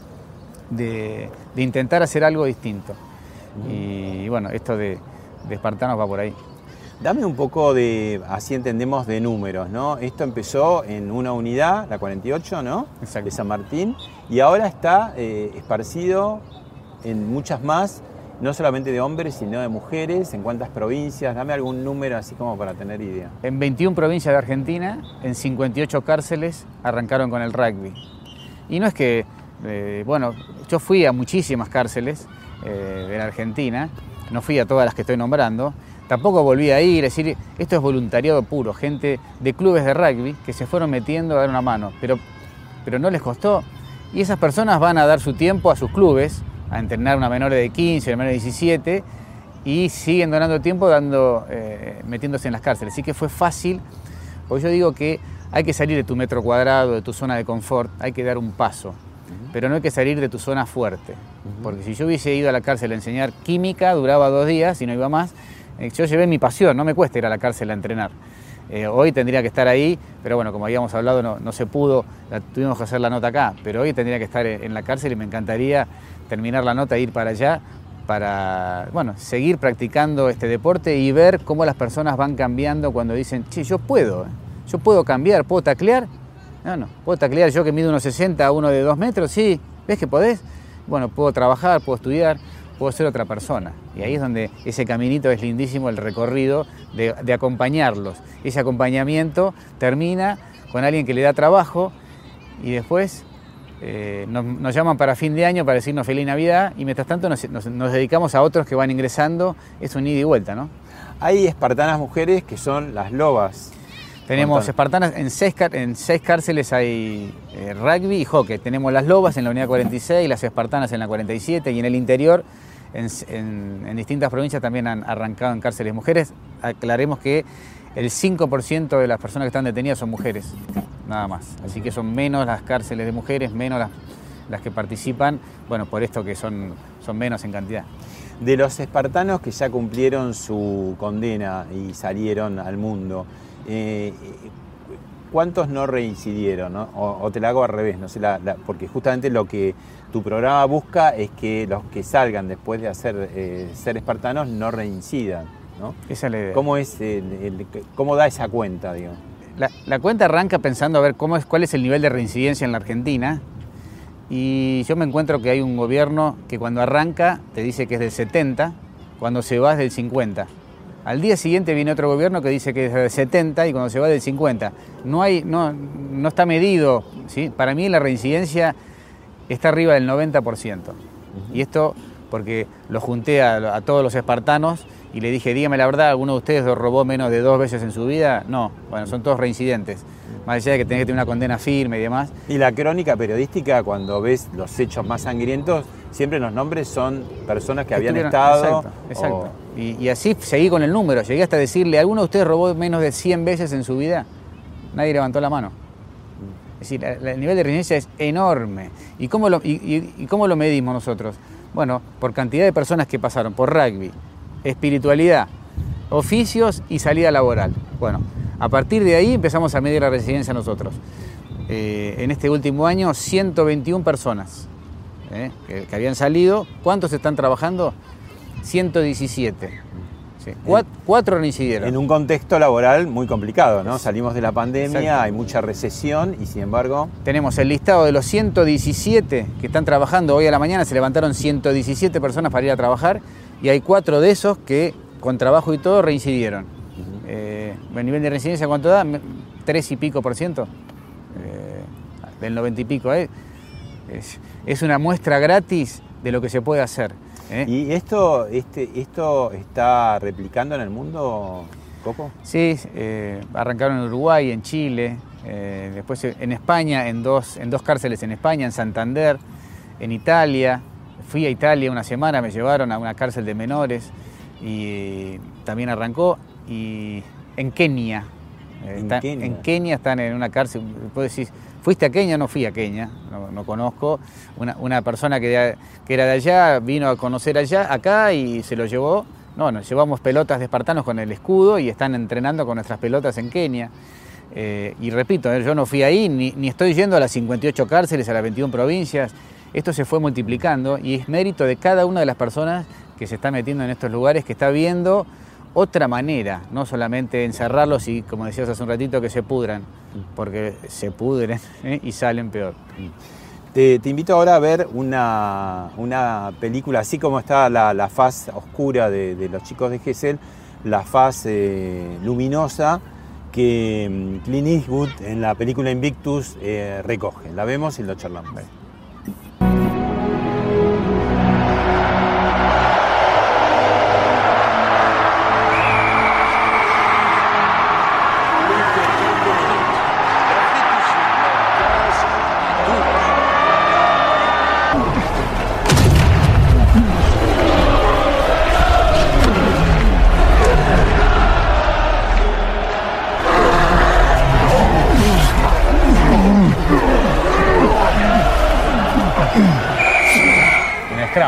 de, de intentar hacer algo distinto. Uh-huh. y, y bueno, esto de, de espartanos va por ahí. Dame un poco de, así entendemos, de números, ¿no? Esto empezó en una unidad, la cuarenta y ocho, ¿no? Exacto. De San Martín, y ahora está eh, esparcido en muchas más, no solamente de hombres, sino de mujeres. ¿En cuántas provincias? Dame algún número así como para tener idea. En veintiuna provincias de Argentina, en cincuenta y ocho cárceles, arrancaron con el rugby. Y no es que, eh, bueno, yo fui a muchísimas cárceles eh, de la Argentina, no fui a todas las que estoy nombrando, Tampoco volví a ir, es decir, esto es voluntariado puro, gente de clubes de rugby que se fueron metiendo a dar una mano, pero, pero no les costó. Y esas personas van a dar su tiempo a sus clubes, a entrenar una menor de quince, una menor de diecisiete, y siguen donando tiempo dando, eh, metiéndose en las cárceles. Así que fue fácil, porque yo digo que hay que salir de tu metro cuadrado, de tu zona de confort, hay que dar un paso, uh-huh. pero no hay que salir de tu zona fuerte. Uh-huh. Porque si yo hubiese ido a la cárcel a enseñar química, duraba dos días y no iba más. Yo llevé mi pasión, no me cuesta ir a la cárcel a entrenar. Eh, hoy tendría que estar ahí, pero bueno, como habíamos hablado, no, no se pudo, la, tuvimos que hacer la nota acá, pero hoy tendría que estar en, en la cárcel y me encantaría terminar la nota e ir para allá para, bueno, seguir practicando este deporte y ver cómo las personas van cambiando cuando dicen, che, yo puedo, ¿eh? yo puedo cambiar, ¿puedo taclear? No, no, ¿puedo taclear yo que mido uno sesenta a uno de dos metros? Sí, ¿ves que podés? Bueno, puedo trabajar, puedo estudiar, puedo ser otra persona. Y ahí es donde ese caminito es lindísimo, el recorrido de, de acompañarlos. Ese acompañamiento termina con alguien que le da trabajo y después eh, nos, nos llaman para fin de año para decirnos feliz Navidad y mientras tanto nos, nos, nos dedicamos a otros que van ingresando. Es un ida y vuelta, ¿no? Hay espartanas mujeres que son las lobas. Tenemos Contanos. espartanas, en seis, en seis cárceles hay eh, rugby y hockey. Tenemos las lobas en la unidad cuarenta y seis, las espartanas en la cuarenta y siete y en el interior, en, en, en distintas provincias también han arrancado en cárceles mujeres. Aclaremos que el cinco por ciento de las personas que están detenidas son mujeres, nada más. Así que son menos las cárceles de mujeres, menos las, las que participan, bueno, por esto que son, son menos en cantidad. De los espartanos que ya cumplieron su condena y salieron al mundo, Eh, ¿cuántos no reincidieron? ¿no? O, o te la hago al revés, no sé, la, la, porque justamente lo que tu programa busca es que los que salgan después de hacer eh, ser espartanos no reincidan, ¿no? Esa es la idea. ¿Cómo, es el, el, ¿Cómo da esa cuenta, digo? La, la cuenta arranca pensando a ver cómo es, cuál es el nivel de reincidencia en la Argentina y yo me encuentro que hay un gobierno que cuando arranca te dice que es del setenta, cuando se va es del cincuenta. Al día siguiente viene otro gobierno que dice que es del setenta y cuando se va del cincuenta. No, hay, no, no está medido, ¿sí? Para mí la reincidencia está arriba del noventa por ciento. Uh-huh. Y esto porque lo junté a, a todos los espartanos y le dije, dígame la verdad, ¿alguno de ustedes lo robó menos de dos veces en su vida? No, bueno, son todos reincidentes. Más allá de que tenés que tener una condena firme y demás. Y la crónica periodística, cuando ves los hechos más sangrientos, siempre los nombres son personas que habían estado... Exacto, exacto. O... Y, y así seguí con el número. Llegué hasta decirle, ¿alguno de ustedes robó menos de cien veces en su vida? Nadie levantó la mano. Es decir, la, la, el nivel de reincidencia es enorme. ¿Y cómo, lo, y, y, ¿Y cómo lo medimos nosotros? Bueno, por cantidad de personas que pasaron por rugby, espiritualidad, oficios y salida laboral. Bueno, a partir de ahí empezamos a medir la reincidencia nosotros. Eh, en este último año, ciento veintiuna personas eh, que, que habían salido. ¿Cuántos están trabajando? ciento diecisiete. Sí. Cuatro, cuatro reincidieron. En un contexto laboral muy complicado, ¿no? Es, Salimos de la pandemia, exacto. Hay mucha recesión y sin embargo... Tenemos el listado de los ciento diecisiete que están trabajando. Hoy a la mañana se levantaron ciento diecisiete personas para ir a trabajar y hay cuatro de esos que con trabajo y todo reincidieron. Uh-huh. eh, ¿El nivel de reincidencia cuánto da? Tres y pico por ciento. Eh, del noventa y pico. Eh. Es, es una muestra gratis de lo que se puede hacer. ¿Eh? ¿Y esto, este, esto está replicando en el mundo, Coco? Sí, eh, arrancaron en Uruguay, en Chile, eh, después en España, en dos, en dos cárceles en España, en Santander, en Italia. Fui a Italia una semana, me llevaron a una cárcel de menores y también arrancó. Y en Kenia, eh, ¿En, están, Kenia? en Kenia están en una cárcel, puedo decir... ¿Fuiste a Kenia? No fui a Kenia, no, no conozco. Una, una persona que, de, que era de allá vino a conocer allá, acá y se lo llevó. No, nos llevamos pelotas de espartanos con el escudo y están entrenando con nuestras pelotas en Kenia. Eh, y repito, eh, yo no fui ahí, ni, ni estoy yendo a las cincuenta y ocho cárceles, a las veintiuna provincias. Esto se fue multiplicando y es mérito de cada una de las personas que se está metiendo en estos lugares, que está viendo otra manera, no solamente encerrarlos y, como decías hace un ratito, que se pudran, porque se pudren ¿eh? y salen peor. Te, te invito ahora a ver una, una película, así como está la, la faz oscura de, de los chicos de Gesell, la faz eh, luminosa que Clint Eastwood en la película Invictus eh, recoge. La vemos y lo charlamos. scrum.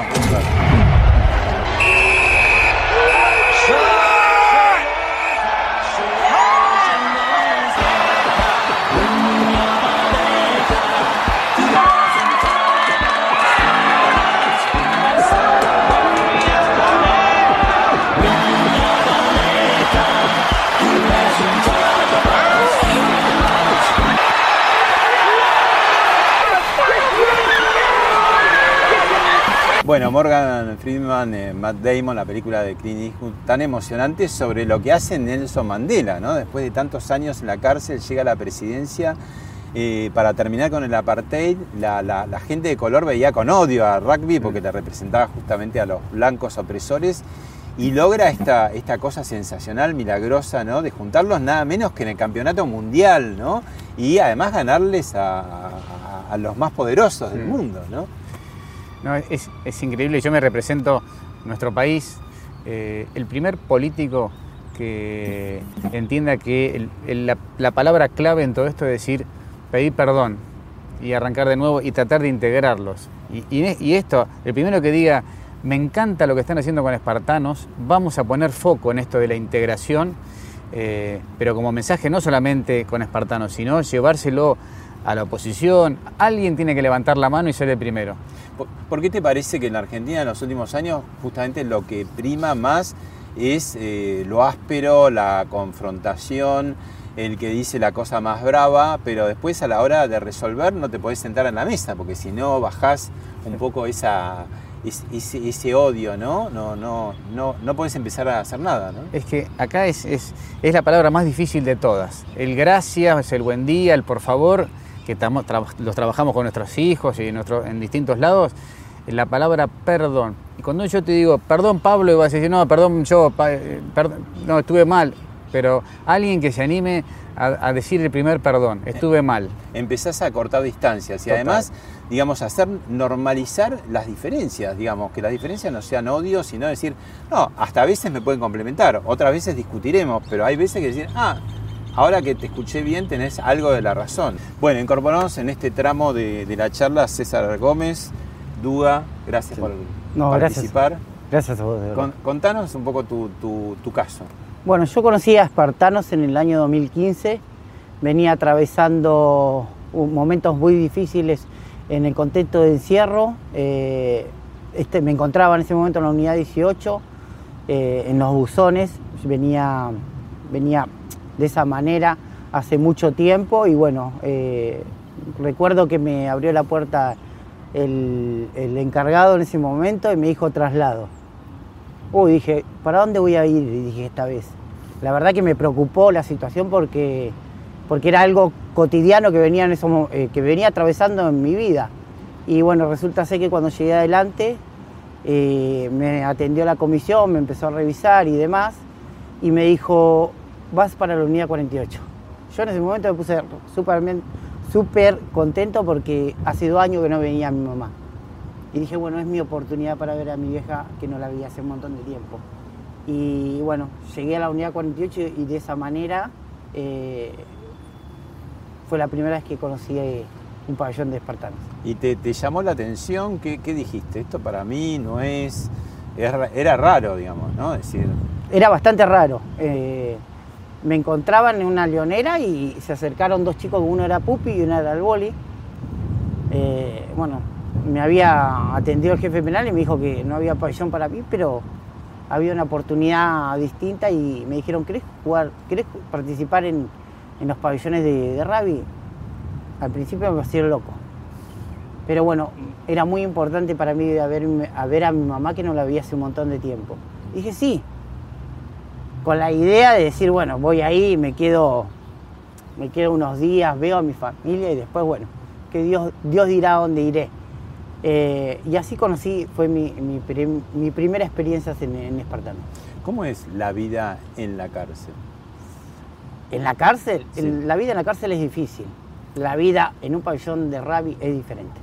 Bueno, Morgan Freeman, eh, Matt Damon, la película de Clint Eastwood, tan emocionante sobre lo que hace Nelson Mandela, ¿no? Después de tantos años en la cárcel, llega a la presidencia eh, para terminar con el apartheid. La, la, la gente de color veía con odio a Rugby porque le representaba justamente a los blancos opresores y logra esta, esta cosa sensacional, milagrosa, ¿no? De juntarlos nada menos que en el campeonato mundial, ¿no? Y además ganarles a, a, a los más poderosos del mundo, ¿no? No, es, es increíble. Yo me represento nuestro país, eh, el primer político que entienda que el, el, la, la palabra clave en todo esto es decir, pedir perdón y arrancar de nuevo y tratar de integrarlos. Y, y, y esto, el primero que diga, me encanta lo que están haciendo con espartanos, vamos a poner foco en esto de la integración, eh, pero como mensaje no solamente con espartanos, sino llevárselo a la oposición. Alguien tiene que levantar la mano y ser el primero. ¿Por qué te parece que en la Argentina en los últimos años justamente lo que prima más es eh, lo áspero, la confrontación, el que dice la cosa más brava, pero después a la hora de resolver no te podés sentar en la mesa, porque si no bajás un poco esa, ese, ese odio, ¿no? No, no, no, no podés empezar a hacer nada, ¿no? Es que acá es, es, es la palabra más difícil de todas. El gracias, el buen día, el por favor, que tamo, tra los trabajamos con nuestros hijos y nuestro, en distintos lados, la palabra perdón. Y cuando yo te digo, perdón Pablo, y vas a decir, no, perdón yo, pa, perdón, no, estuve mal. Pero alguien que se anime a, a decir el primer perdón, estuve mal. Empezás a cortar distancias y Total. Además, digamos, hacer normalizar las diferencias, digamos, que las diferencias no sean odio, sino decir, no, hasta a veces me pueden complementar, otras veces discutiremos, pero hay veces que decir, ah, ahora que te escuché bien tenés algo de la razón. Bueno, incorporamos en este tramo de, de la charla a César Gómez. Duda, gracias sí. por no, participar. Gracias, gracias a vos. De Con, contanos un poco tu, tu, tu caso. Bueno, yo conocí a Espartanos en el año dos mil quince. Venía atravesando momentos muy difíciles en el contexto de encierro. Eh, este, me encontraba en ese momento en la unidad dieciocho, eh, en los buzones. Venía, venía de esa manera hace mucho tiempo y bueno, eh, recuerdo que me abrió la puerta el, el encargado en ese momento y me dijo traslado. Uy, dije, ¿para dónde voy a ir? Y dije, esta vez. La verdad que me preocupó la situación porque, porque era algo cotidiano que venía, en eso, eh, que venía atravesando en mi vida. Y bueno, resulta ser que cuando llegué adelante, eh, me atendió la comisión, me empezó a revisar y demás, y me dijo, vas para la unidad cuarenta y ocho. Yo en ese momento me puse súper súper contento porque hace dos años que no venía mi mamá. Y dije, bueno, es mi oportunidad para ver a mi vieja que no la veía hace un montón de tiempo. Y bueno, llegué a la unidad cuarenta y ocho y de esa manera eh, fue la primera vez que conocí un pabellón de espartanos. ¿Y te, te llamó la atención? ¿Qué, qué dijiste? Esto para mí no es... Era, era raro, digamos, ¿no? Decir... Era bastante raro. Eh, me encontraban en una leonera y se acercaron dos chicos, uno era pupi y uno era el boli. Eh, bueno, me había atendido el jefe penal y me dijo que no había pabellón para mí, pero había una oportunidad distinta y me dijeron, ¿querés jugar, querés participar en, en los pabellones de, de rugby? Al principio me hacía loco. Pero bueno, era muy importante para mí de a ver, a ver a mi mamá que no la veía hace un montón de tiempo. Y dije, sí. Con la idea de decir, bueno, voy ahí, me quedo, me quedo unos días, veo a mi familia y después, bueno, que Dios, Dios dirá dónde iré. Eh, y así conocí, fue mi, mi, mi primera experiencia en, en Espartano. ¿Cómo es la vida en la cárcel? ¿En la cárcel? Sí. La vida en la cárcel es difícil. La vida en un pabellón de rugby es diferente.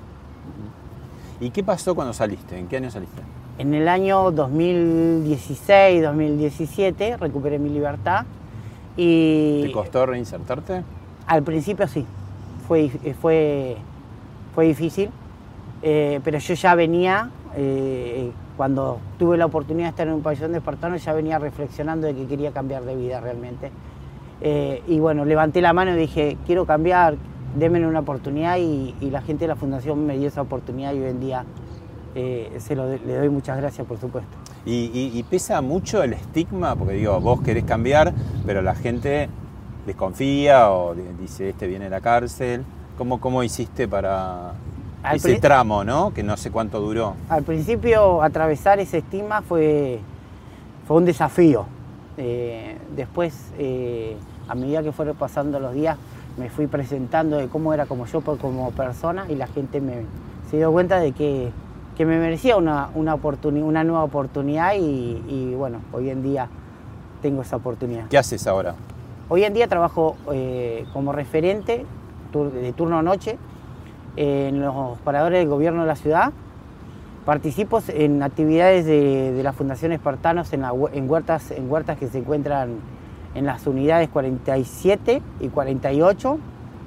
¿Y qué pasó cuando saliste? ¿En qué año saliste? En el año dos mil dieciséis, dos mil diecisiete recuperé mi libertad y... ¿Te costó reinsertarte? Al principio sí, fue, fue, fue difícil, eh, pero yo ya venía eh, cuando tuve la oportunidad de estar en un pabellón de espartanos ya venía reflexionando de que quería cambiar de vida realmente. Eh, y bueno, levanté la mano y dije, quiero cambiar, denme una oportunidad y, y la gente de la fundación me dio esa oportunidad y hoy en día eh, se lo, le doy muchas gracias, por supuesto. Y, y, y pesa mucho el estigma, porque digo, vos querés cambiar, pero la gente desconfía o dice, este viene de la cárcel. ¿Cómo, cómo hiciste para al ese tramo, ¿no? Que no sé cuánto duró? Al principio, atravesar ese estigma fue, fue un desafío. Eh, después, eh, a medida que fueron pasando los días, me fui presentando de cómo era como yo como persona y la gente me, se dio cuenta de que, que me merecía una, una, una nueva oportunidad y, y bueno, hoy en día tengo esa oportunidad. ¿Qué haces ahora? Hoy en día trabajo eh, como referente de turno noche en los paradores del gobierno de la ciudad. Participo en actividades de, de la Fundación Espartanos en, la, en, huertas, en huertas que se encuentran en las unidades cuarenta y siete y cuarenta y ocho.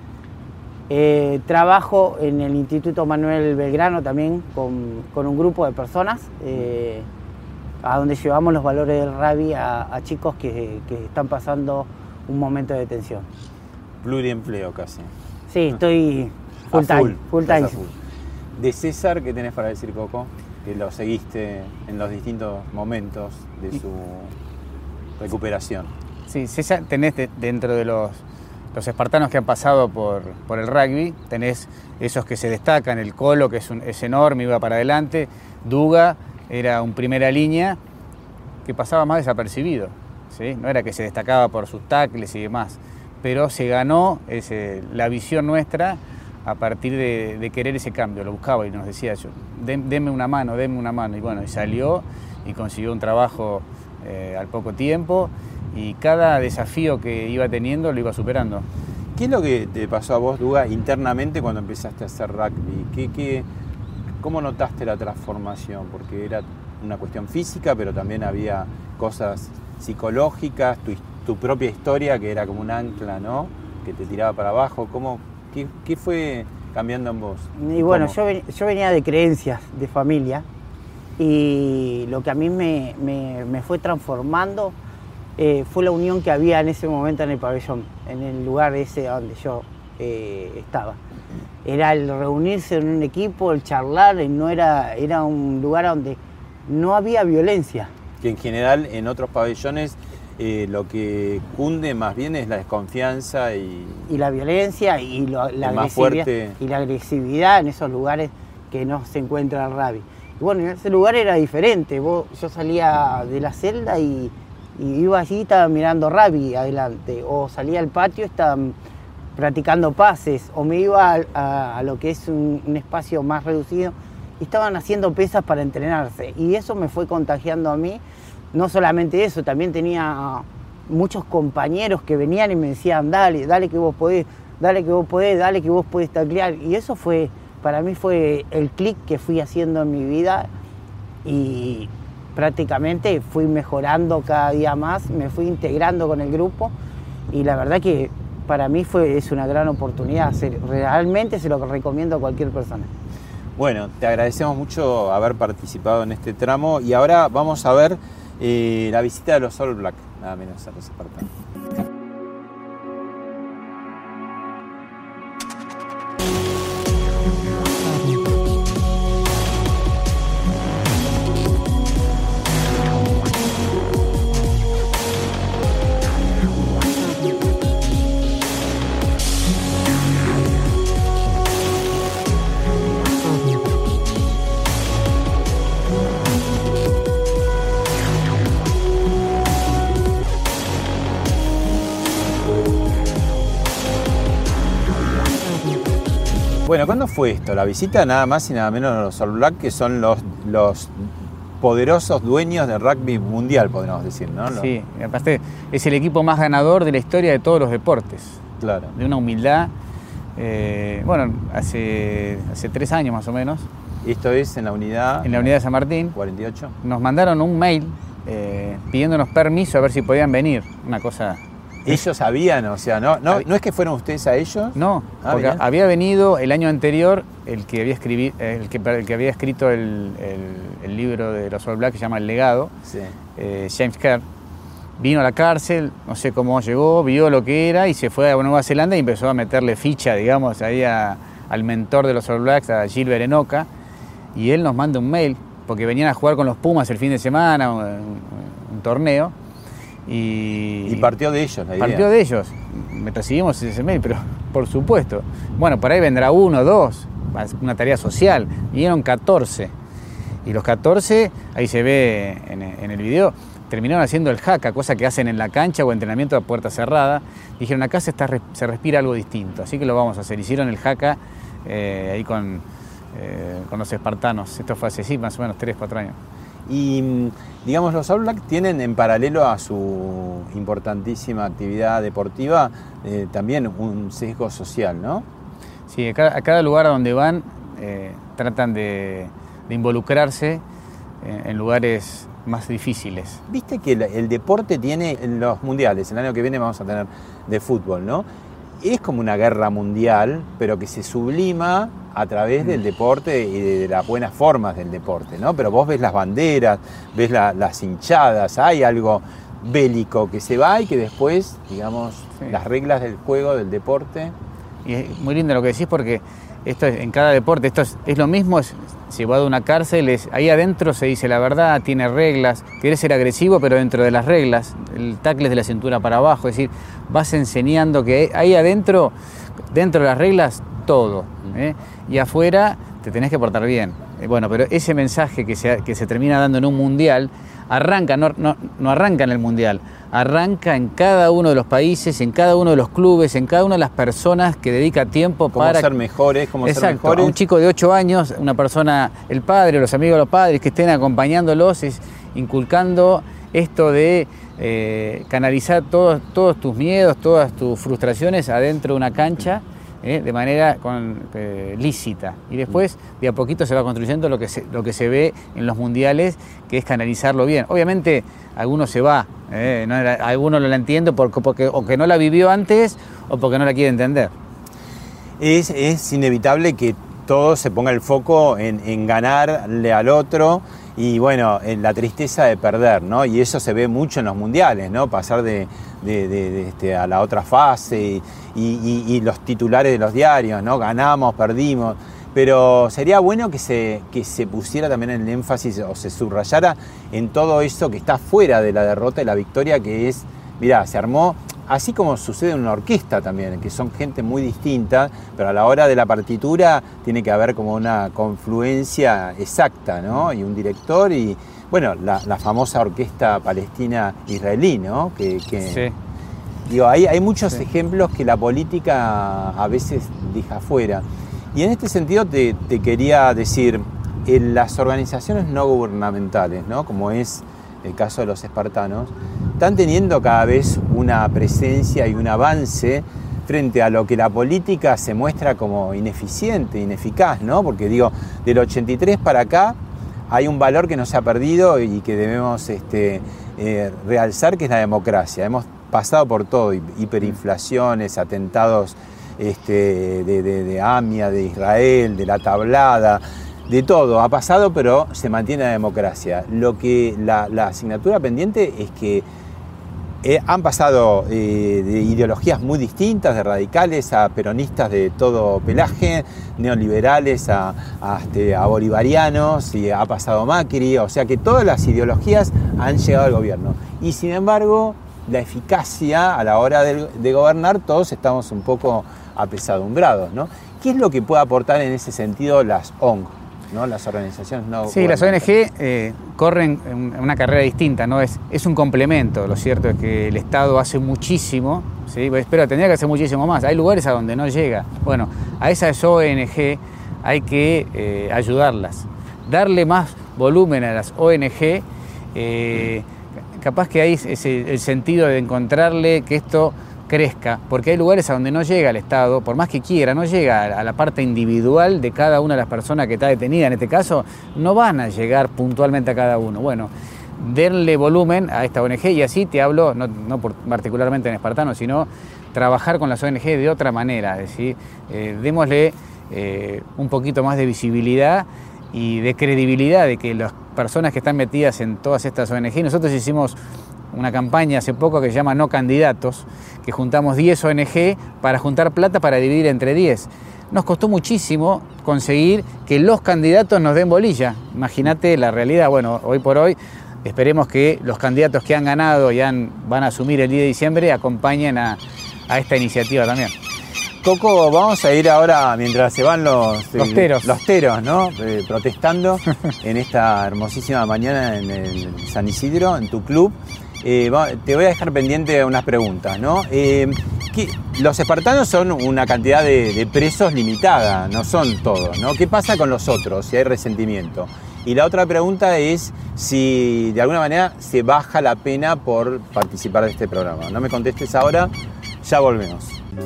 Eh, trabajo en el Instituto Manuel Belgrano también con, con un grupo de personas eh, a donde llevamos los valores del rugby a, a chicos que, que están pasando un momento de tensión. Pluriempleo casi. Sí, estoy full time. Full, full time. full. De César, ¿qué tenés para decir, Coco? Que lo seguiste en los distintos momentos de su recuperación. Sí, César, tenés de, dentro de los, los espartanos que han pasado por, por el rugby, tenés esos que se destacan, el Colo, que es, un, es enorme, iba para adelante, Duga era un primera línea que pasaba más desapercibido, ¿sí? No era que se destacaba por sus tackles y demás, pero se ganó ese, la visión nuestra a partir de, de querer ese cambio, lo buscaba y nos decía yo, denme una mano, denme una mano, y bueno, y salió y consiguió un trabajo eh, al poco tiempo y cada desafío que iba teniendo lo iba superando. ¿Qué es lo que te pasó a vos, Duga, internamente cuando empezaste a hacer rugby? ¿Qué, qué, ¿Cómo notaste la transformación? Porque era una cuestión física, pero también había cosas psicológicas, tu, tu propia historia que era como un ancla, ¿no? Que te tiraba para abajo. ¿Cómo, qué, qué fue cambiando en vos? Y bueno, yo, ven, yo venía de creencias, de familia, y lo que a mí me, me, me fue transformando eh, fue la unión que había en ese momento en el pabellón, en el lugar ese donde yo eh, estaba. Era el reunirse en un equipo, el charlar, no era, era un lugar donde no había violencia. Que en general en otros pabellones eh, lo que cunde más bien es la desconfianza y... Y la violencia y lo, la, agresividad, y la agresividad en esos lugares que no se encuentra el rugby. Y bueno, en ese lugar era diferente. Vos, yo salía de la celda y, y iba allí y estaba mirando rugby adelante. O salía al patio y estaba practicando pases. O me iba a, a, a lo que es un, un espacio más reducido y estaban haciendo pesas para entrenarse. Y eso me fue contagiando a mí. No solamente eso, también tenía muchos compañeros que venían y me decían, dale, dale que vos podés, dale que vos podés, dale que vos podés taclear. Y eso fue, para mí fue el clic que fui haciendo en mi vida y prácticamente fui mejorando cada día más, me fui integrando con el grupo y la verdad que para mí fue, es una gran oportunidad. Realmente se lo recomiendo a cualquier persona. Bueno, te agradecemos mucho haber participado en este tramo y ahora vamos a ver eh, la visita de los All Black, nada menos a los espartanos. Bueno, ¿cuándo fue esto? La visita nada más y nada menos de los All Black, que son los, los poderosos dueños del rugby mundial, podríamos decir, ¿no? Sí, aparte es el equipo más ganador de la historia de todos los deportes. Claro. De una humildad, eh, bueno, hace, hace tres años más o menos. Esto es en la unidad... En la unidad de San Martín. cuarenta y ocho. Nos mandaron un mail eh, pidiéndonos permiso a ver si podían venir. Una cosa ellos sabían, o sea, no, no, no es que fueron ustedes a ellos. No, ah, porque bien. había venido el año anterior el que había, escribí, el que, el que había escrito el, el, el libro de los All Blacks que se llama El Legado, sí. eh, James Kerr. Vino a la cárcel, no sé cómo llegó, vio lo que era y se fue a Nueva Zelanda y empezó a meterle ficha, digamos, ahí a, al mentor de los All Blacks, a Gilbert Enoka, y él nos manda un mail, porque venían a jugar con los Pumas el fin de semana, un, un torneo, y... Y partió de ellos la idea. Partió de ellos. Recibimos ese mail, pero por supuesto. Bueno, por ahí vendrá uno, dos, una tarea social. Vinieron catorce. Y los catorce, ahí se ve en, en el video, terminaron haciendo el haka, cosa que hacen en la cancha o entrenamiento a puerta cerrada. Dijeron, acá se, está, se respira algo distinto, así que lo vamos a hacer. Hicieron el haka eh, ahí con, eh, con los espartanos. Esto fue hace, sí, más o menos tres, cuatro años. Y, digamos, los All Blacks tienen en paralelo a su importantísima actividad deportiva eh, también un sesgo social, ¿no? Sí, a cada, a cada lugar a donde van eh, tratan de, de involucrarse en, en lugares más difíciles. Viste que el, el deporte tiene en los mundiales, el año que viene vamos a tener de fútbol, ¿no? Es como una guerra mundial, pero que se sublima a través del deporte y de las buenas formas del deporte, ¿no? Pero vos ves las banderas, ves la, las hinchadas, hay algo bélico que se va y que después, digamos, sí. Las reglas del juego, del deporte. Y es muy lindo lo que decís porque esto es, en cada deporte, esto es, es lo mismo, es llevado a una cárcel, es, ahí adentro se dice la verdad, tiene reglas, querés ser agresivo pero dentro de las reglas, el tackle es de la cintura para abajo, es decir, vas enseñando que ahí adentro, dentro de las reglas, todo, ¿eh? Y afuera te tenés que portar bien. Eh, bueno, pero ese mensaje que se, que se termina dando en un mundial, arranca, no, no, no arranca en el mundial, arranca en cada uno de los países, en cada uno de los clubes, en cada una de las personas que dedica tiempo cómo para... ser mejores, cómo Exacto, ser mejores. A un chico de ocho años, una persona, el padre, los amigos de los padres que estén acompañándolos, es inculcando esto de eh, canalizar todos, todos tus miedos, todas tus frustraciones adentro de una cancha, eh, de manera con, eh, lícita. Y después, de a poquito se va construyendo lo que se, lo que se ve en los mundiales, que es canalizarlo bien. Obviamente, alguno se va, eh, no, alguno no la entiende porque, porque o que no la vivió antes o porque no la quiere entender. Es, es inevitable que todo se ponga el foco en, en ganarle al otro y bueno, en la tristeza de perder, ¿no? Y eso se ve mucho en los mundiales, ¿no? Pasar de, de, de, de este, a la otra fase y, y, y los titulares de los diarios, ¿no? Ganamos, perdimos. Pero sería bueno que se, que se pusiera también el énfasis o se subrayara en todo eso que está fuera de la derrota y la victoria, que es, mirá, se armó, así como sucede en una orquesta también, que son gente muy distinta, pero a la hora de la partitura tiene que haber como una confluencia exacta, ¿no? Y un director y, bueno, la, la famosa orquesta palestina-israelí, ¿no? Que, que, sí. Digo, hay, hay muchos sí. ejemplos que la política a veces deja fuera. Y en este sentido te, te quería decir, en las organizaciones no gubernamentales, ¿no? Como es el caso de los espartanos, están teniendo cada vez una presencia y un avance frente a lo que la política se muestra como ineficiente, ineficaz, ¿no? Porque digo, del ochenta y tres para acá hay un valor que no se ha perdido y que debemos este, eh, realzar, que es la democracia. Hemos pasado por todo, hiperinflaciones, atentados este, de, de, de AMIA, de Israel, de la tablada, de todo ha pasado, pero se mantiene la democracia. Lo que la, la asignatura pendiente es que eh, han pasado eh, de ideologías muy distintas, de radicales a peronistas de todo pelaje, neoliberales a, a, este, a bolivarianos, y ha pasado Macri, o sea que todas las ideologías han llegado al gobierno. Y sin embargo, la eficacia a la hora de, de gobernar, todos estamos un poco apesadumbrados, ¿no? ¿Qué es lo que puede aportar en ese sentido las O N G? ¿No? Las organizaciones no Sí, las O N G eh, corren en una carrera distinta, ¿no? Es, es un complemento. Lo cierto es que el Estado hace muchísimo, ¿sí? Pero tendría que hacer muchísimo más. Hay lugares a donde no llega. Bueno, a esas O N G hay que eh, ayudarlas, darle más volumen a las O N G. Eh, capaz que hay ese, el sentido de encontrarle que esto crezca, porque hay lugares a donde no llega el Estado, por más que quiera, no llega a la parte individual de cada una de las personas que está detenida. En este caso, no van a llegar puntualmente a cada uno. Bueno, denle volumen a esta O N G, y así te hablo, no, no por, particularmente en Espartano, sino trabajar con las O N G de otra manera, es decir, eh, démosle eh, un poquito más de visibilidad y de credibilidad de que las personas que están metidas en todas estas O N G, nosotros hicimos una campaña hace poco que se llama No Candidatos, que juntamos diez O N G para juntar plata para dividir entre diez. Nos costó muchísimo conseguir que los candidatos nos den bolilla. Imagínate la realidad. Bueno, hoy por hoy esperemos que los candidatos que han ganado y han, van a asumir el diez de diciembre acompañen a, a esta iniciativa también. Coco, vamos a ir ahora, mientras se van los, los teros, los teros, ¿no? Eh, protestando en esta hermosísima mañana en el San Isidro, en tu club. Eh, va, te voy a dejar pendiente unas preguntas, ¿no? Eh, ¿qué, los espartanos son una cantidad de, de presos limitada, no son todos, ¿no? ¿Qué pasa con los otros, si hay resentimiento? Y la otra pregunta es si de alguna manera se baja la pena por participar de este programa. No me contestes ahora, ya volvemos.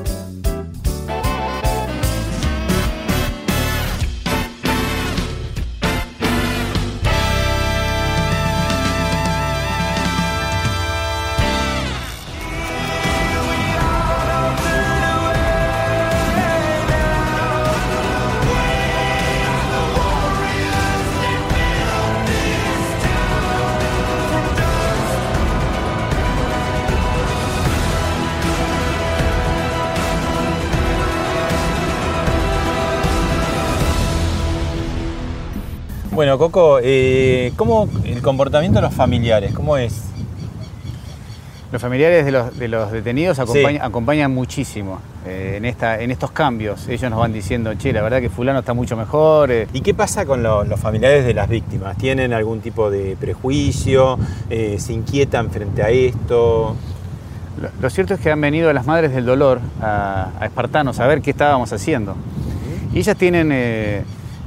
Bueno, Coco, eh, ¿cómo el comportamiento de los familiares? ¿Cómo es? Los familiares de los, de los detenidos acompañan, sí. acompañan muchísimo eh, en, esta, en estos cambios. Ellos nos van diciendo, che, la verdad que fulano está mucho mejor. Eh. ¿Y qué pasa con lo, los familiares de las víctimas? ¿Tienen algún tipo de prejuicio? Eh, ¿Se inquietan frente a esto? Lo, lo cierto es que han venido las madres del dolor a, a Espartanos a ver qué estábamos haciendo. Y ellas tienen... Eh,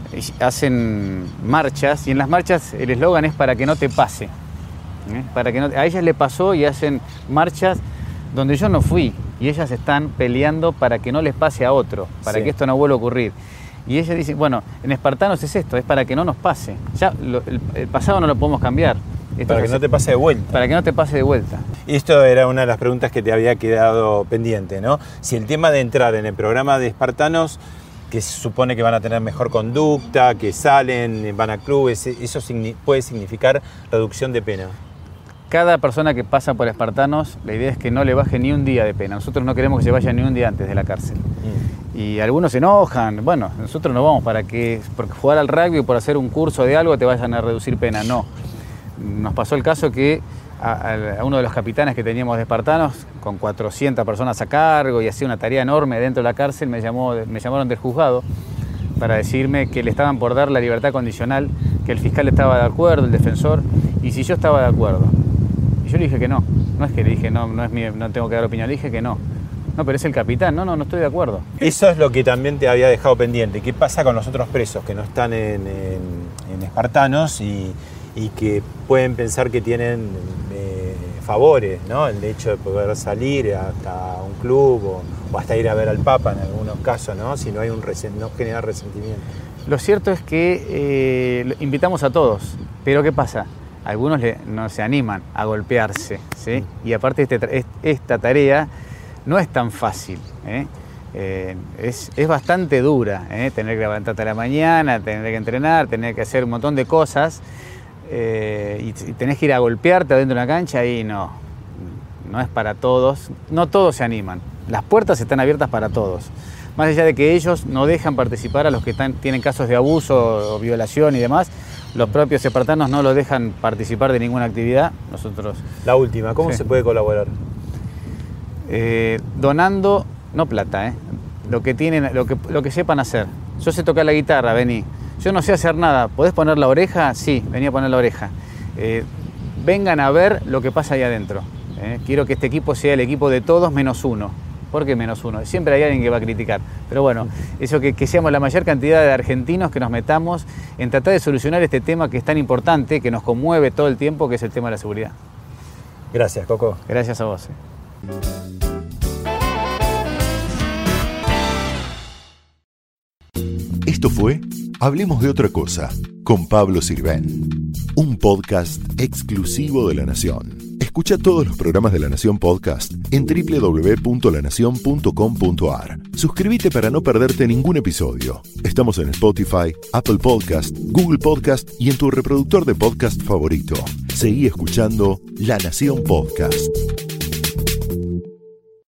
hacen marchas, y en las marchas el eslogan es para que no te pase. ¿eh? Para que no, a ellas le pasó, y hacen marchas donde yo no fui, y ellas están peleando para que no les pase a otro, para sí. que esto no vuelva a ocurrir. Y ellas dicen, bueno, en Espartanos es esto, es para que no nos pase. Ya lo, el, el pasado no lo podemos cambiar. Esto para que no te pase de vuelta. Para que no te pase de vuelta. Esto era una de las preguntas que te había quedado pendiente, ¿no? Si el tema de entrar en el programa de Espartanos, que se supone que van a tener mejor conducta, que salen, van a clubes, eso puede significar reducción de pena. Cada persona que pasa por Espartanos, la idea es que no le baje ni un día de pena. Nosotros no queremos que se vaya ni un día antes de la cárcel. Mm. Y algunos se enojan. Bueno, nosotros no vamos para que por jugar al rugby o por hacer un curso de algo te vayan a reducir pena. No. Nos pasó el caso que a, a uno de los capitanes que teníamos de Espartanos, con cuatrocientas personas a cargo y hacía una tarea enorme dentro de la cárcel, me, llamó, me llamaron del juzgado para decirme que le estaban por dar la libertad condicional, que el fiscal estaba de acuerdo, el defensor, y si yo estaba de acuerdo. Y yo le dije que no. No es que le dije, no, no, es mi, no tengo que dar opinión, le dije que no. No, pero es el capitán. No, no, no estoy de acuerdo. Eso es lo que también te había dejado pendiente. ¿Qué pasa con los otros presos que no están en, en, en Espartanos y, y que pueden pensar que tienen eh, favores, ¿no? El hecho de poder salir hasta un club o, o hasta ir a ver al Papa en algunos casos, ¿no? Si no hay un resen, no genera resentimiento. Lo cierto es que eh, invitamos a todos, pero ¿qué pasa? Algunos le, no se animan a golpearse, ¿sí? Mm. Y aparte este, esta tarea no es tan fácil, ¿eh? Eh, es, es bastante dura, ¿eh? Tener que levantarte a la mañana, tener que entrenar, tener que hacer un montón de cosas. Eh, y, y tenés que ir a golpearte adentro de una cancha y no, no es para todos, no todos se animan. Las puertas están abiertas para todos. Más allá de que ellos no dejan participar a los que están, tienen casos de abuso o violación y demás, los propios espartanos no los dejan participar de ninguna actividad. Nosotros... La última, ¿cómo sí. se puede colaborar? Eh, donando, no plata, ¿eh? lo, que tienen, lo, que, lo que sepan hacer. Yo sé tocar la guitarra, vení. Yo no sé hacer nada. ¿Podés poner la oreja? Sí, vení a poner la oreja. Eh, vengan a ver lo que pasa ahí adentro. ¿eh? Quiero que este equipo sea el equipo de todos menos uno. ¿Por qué menos uno? Siempre hay alguien que va a criticar. Pero bueno, eso que, que seamos la mayor cantidad de argentinos que nos metamos en tratar de solucionar este tema que es tan importante, que nos conmueve todo el tiempo, que es el tema de la seguridad. Gracias, Coco. Gracias a vos. Eh. Esto fue Hablemos de otra cosa con Pablo Sirven. un podcast exclusivo de La Nación. Escucha todos los programas de La Nación Podcast en doble u doble u doble u punto la nación punto com punto a r. Suscríbete para no perderte ningún episodio. Estamos en Spotify, Apple Podcast, Google Podcast y en tu reproductor de podcast favorito. Seguí escuchando La Nación Podcast.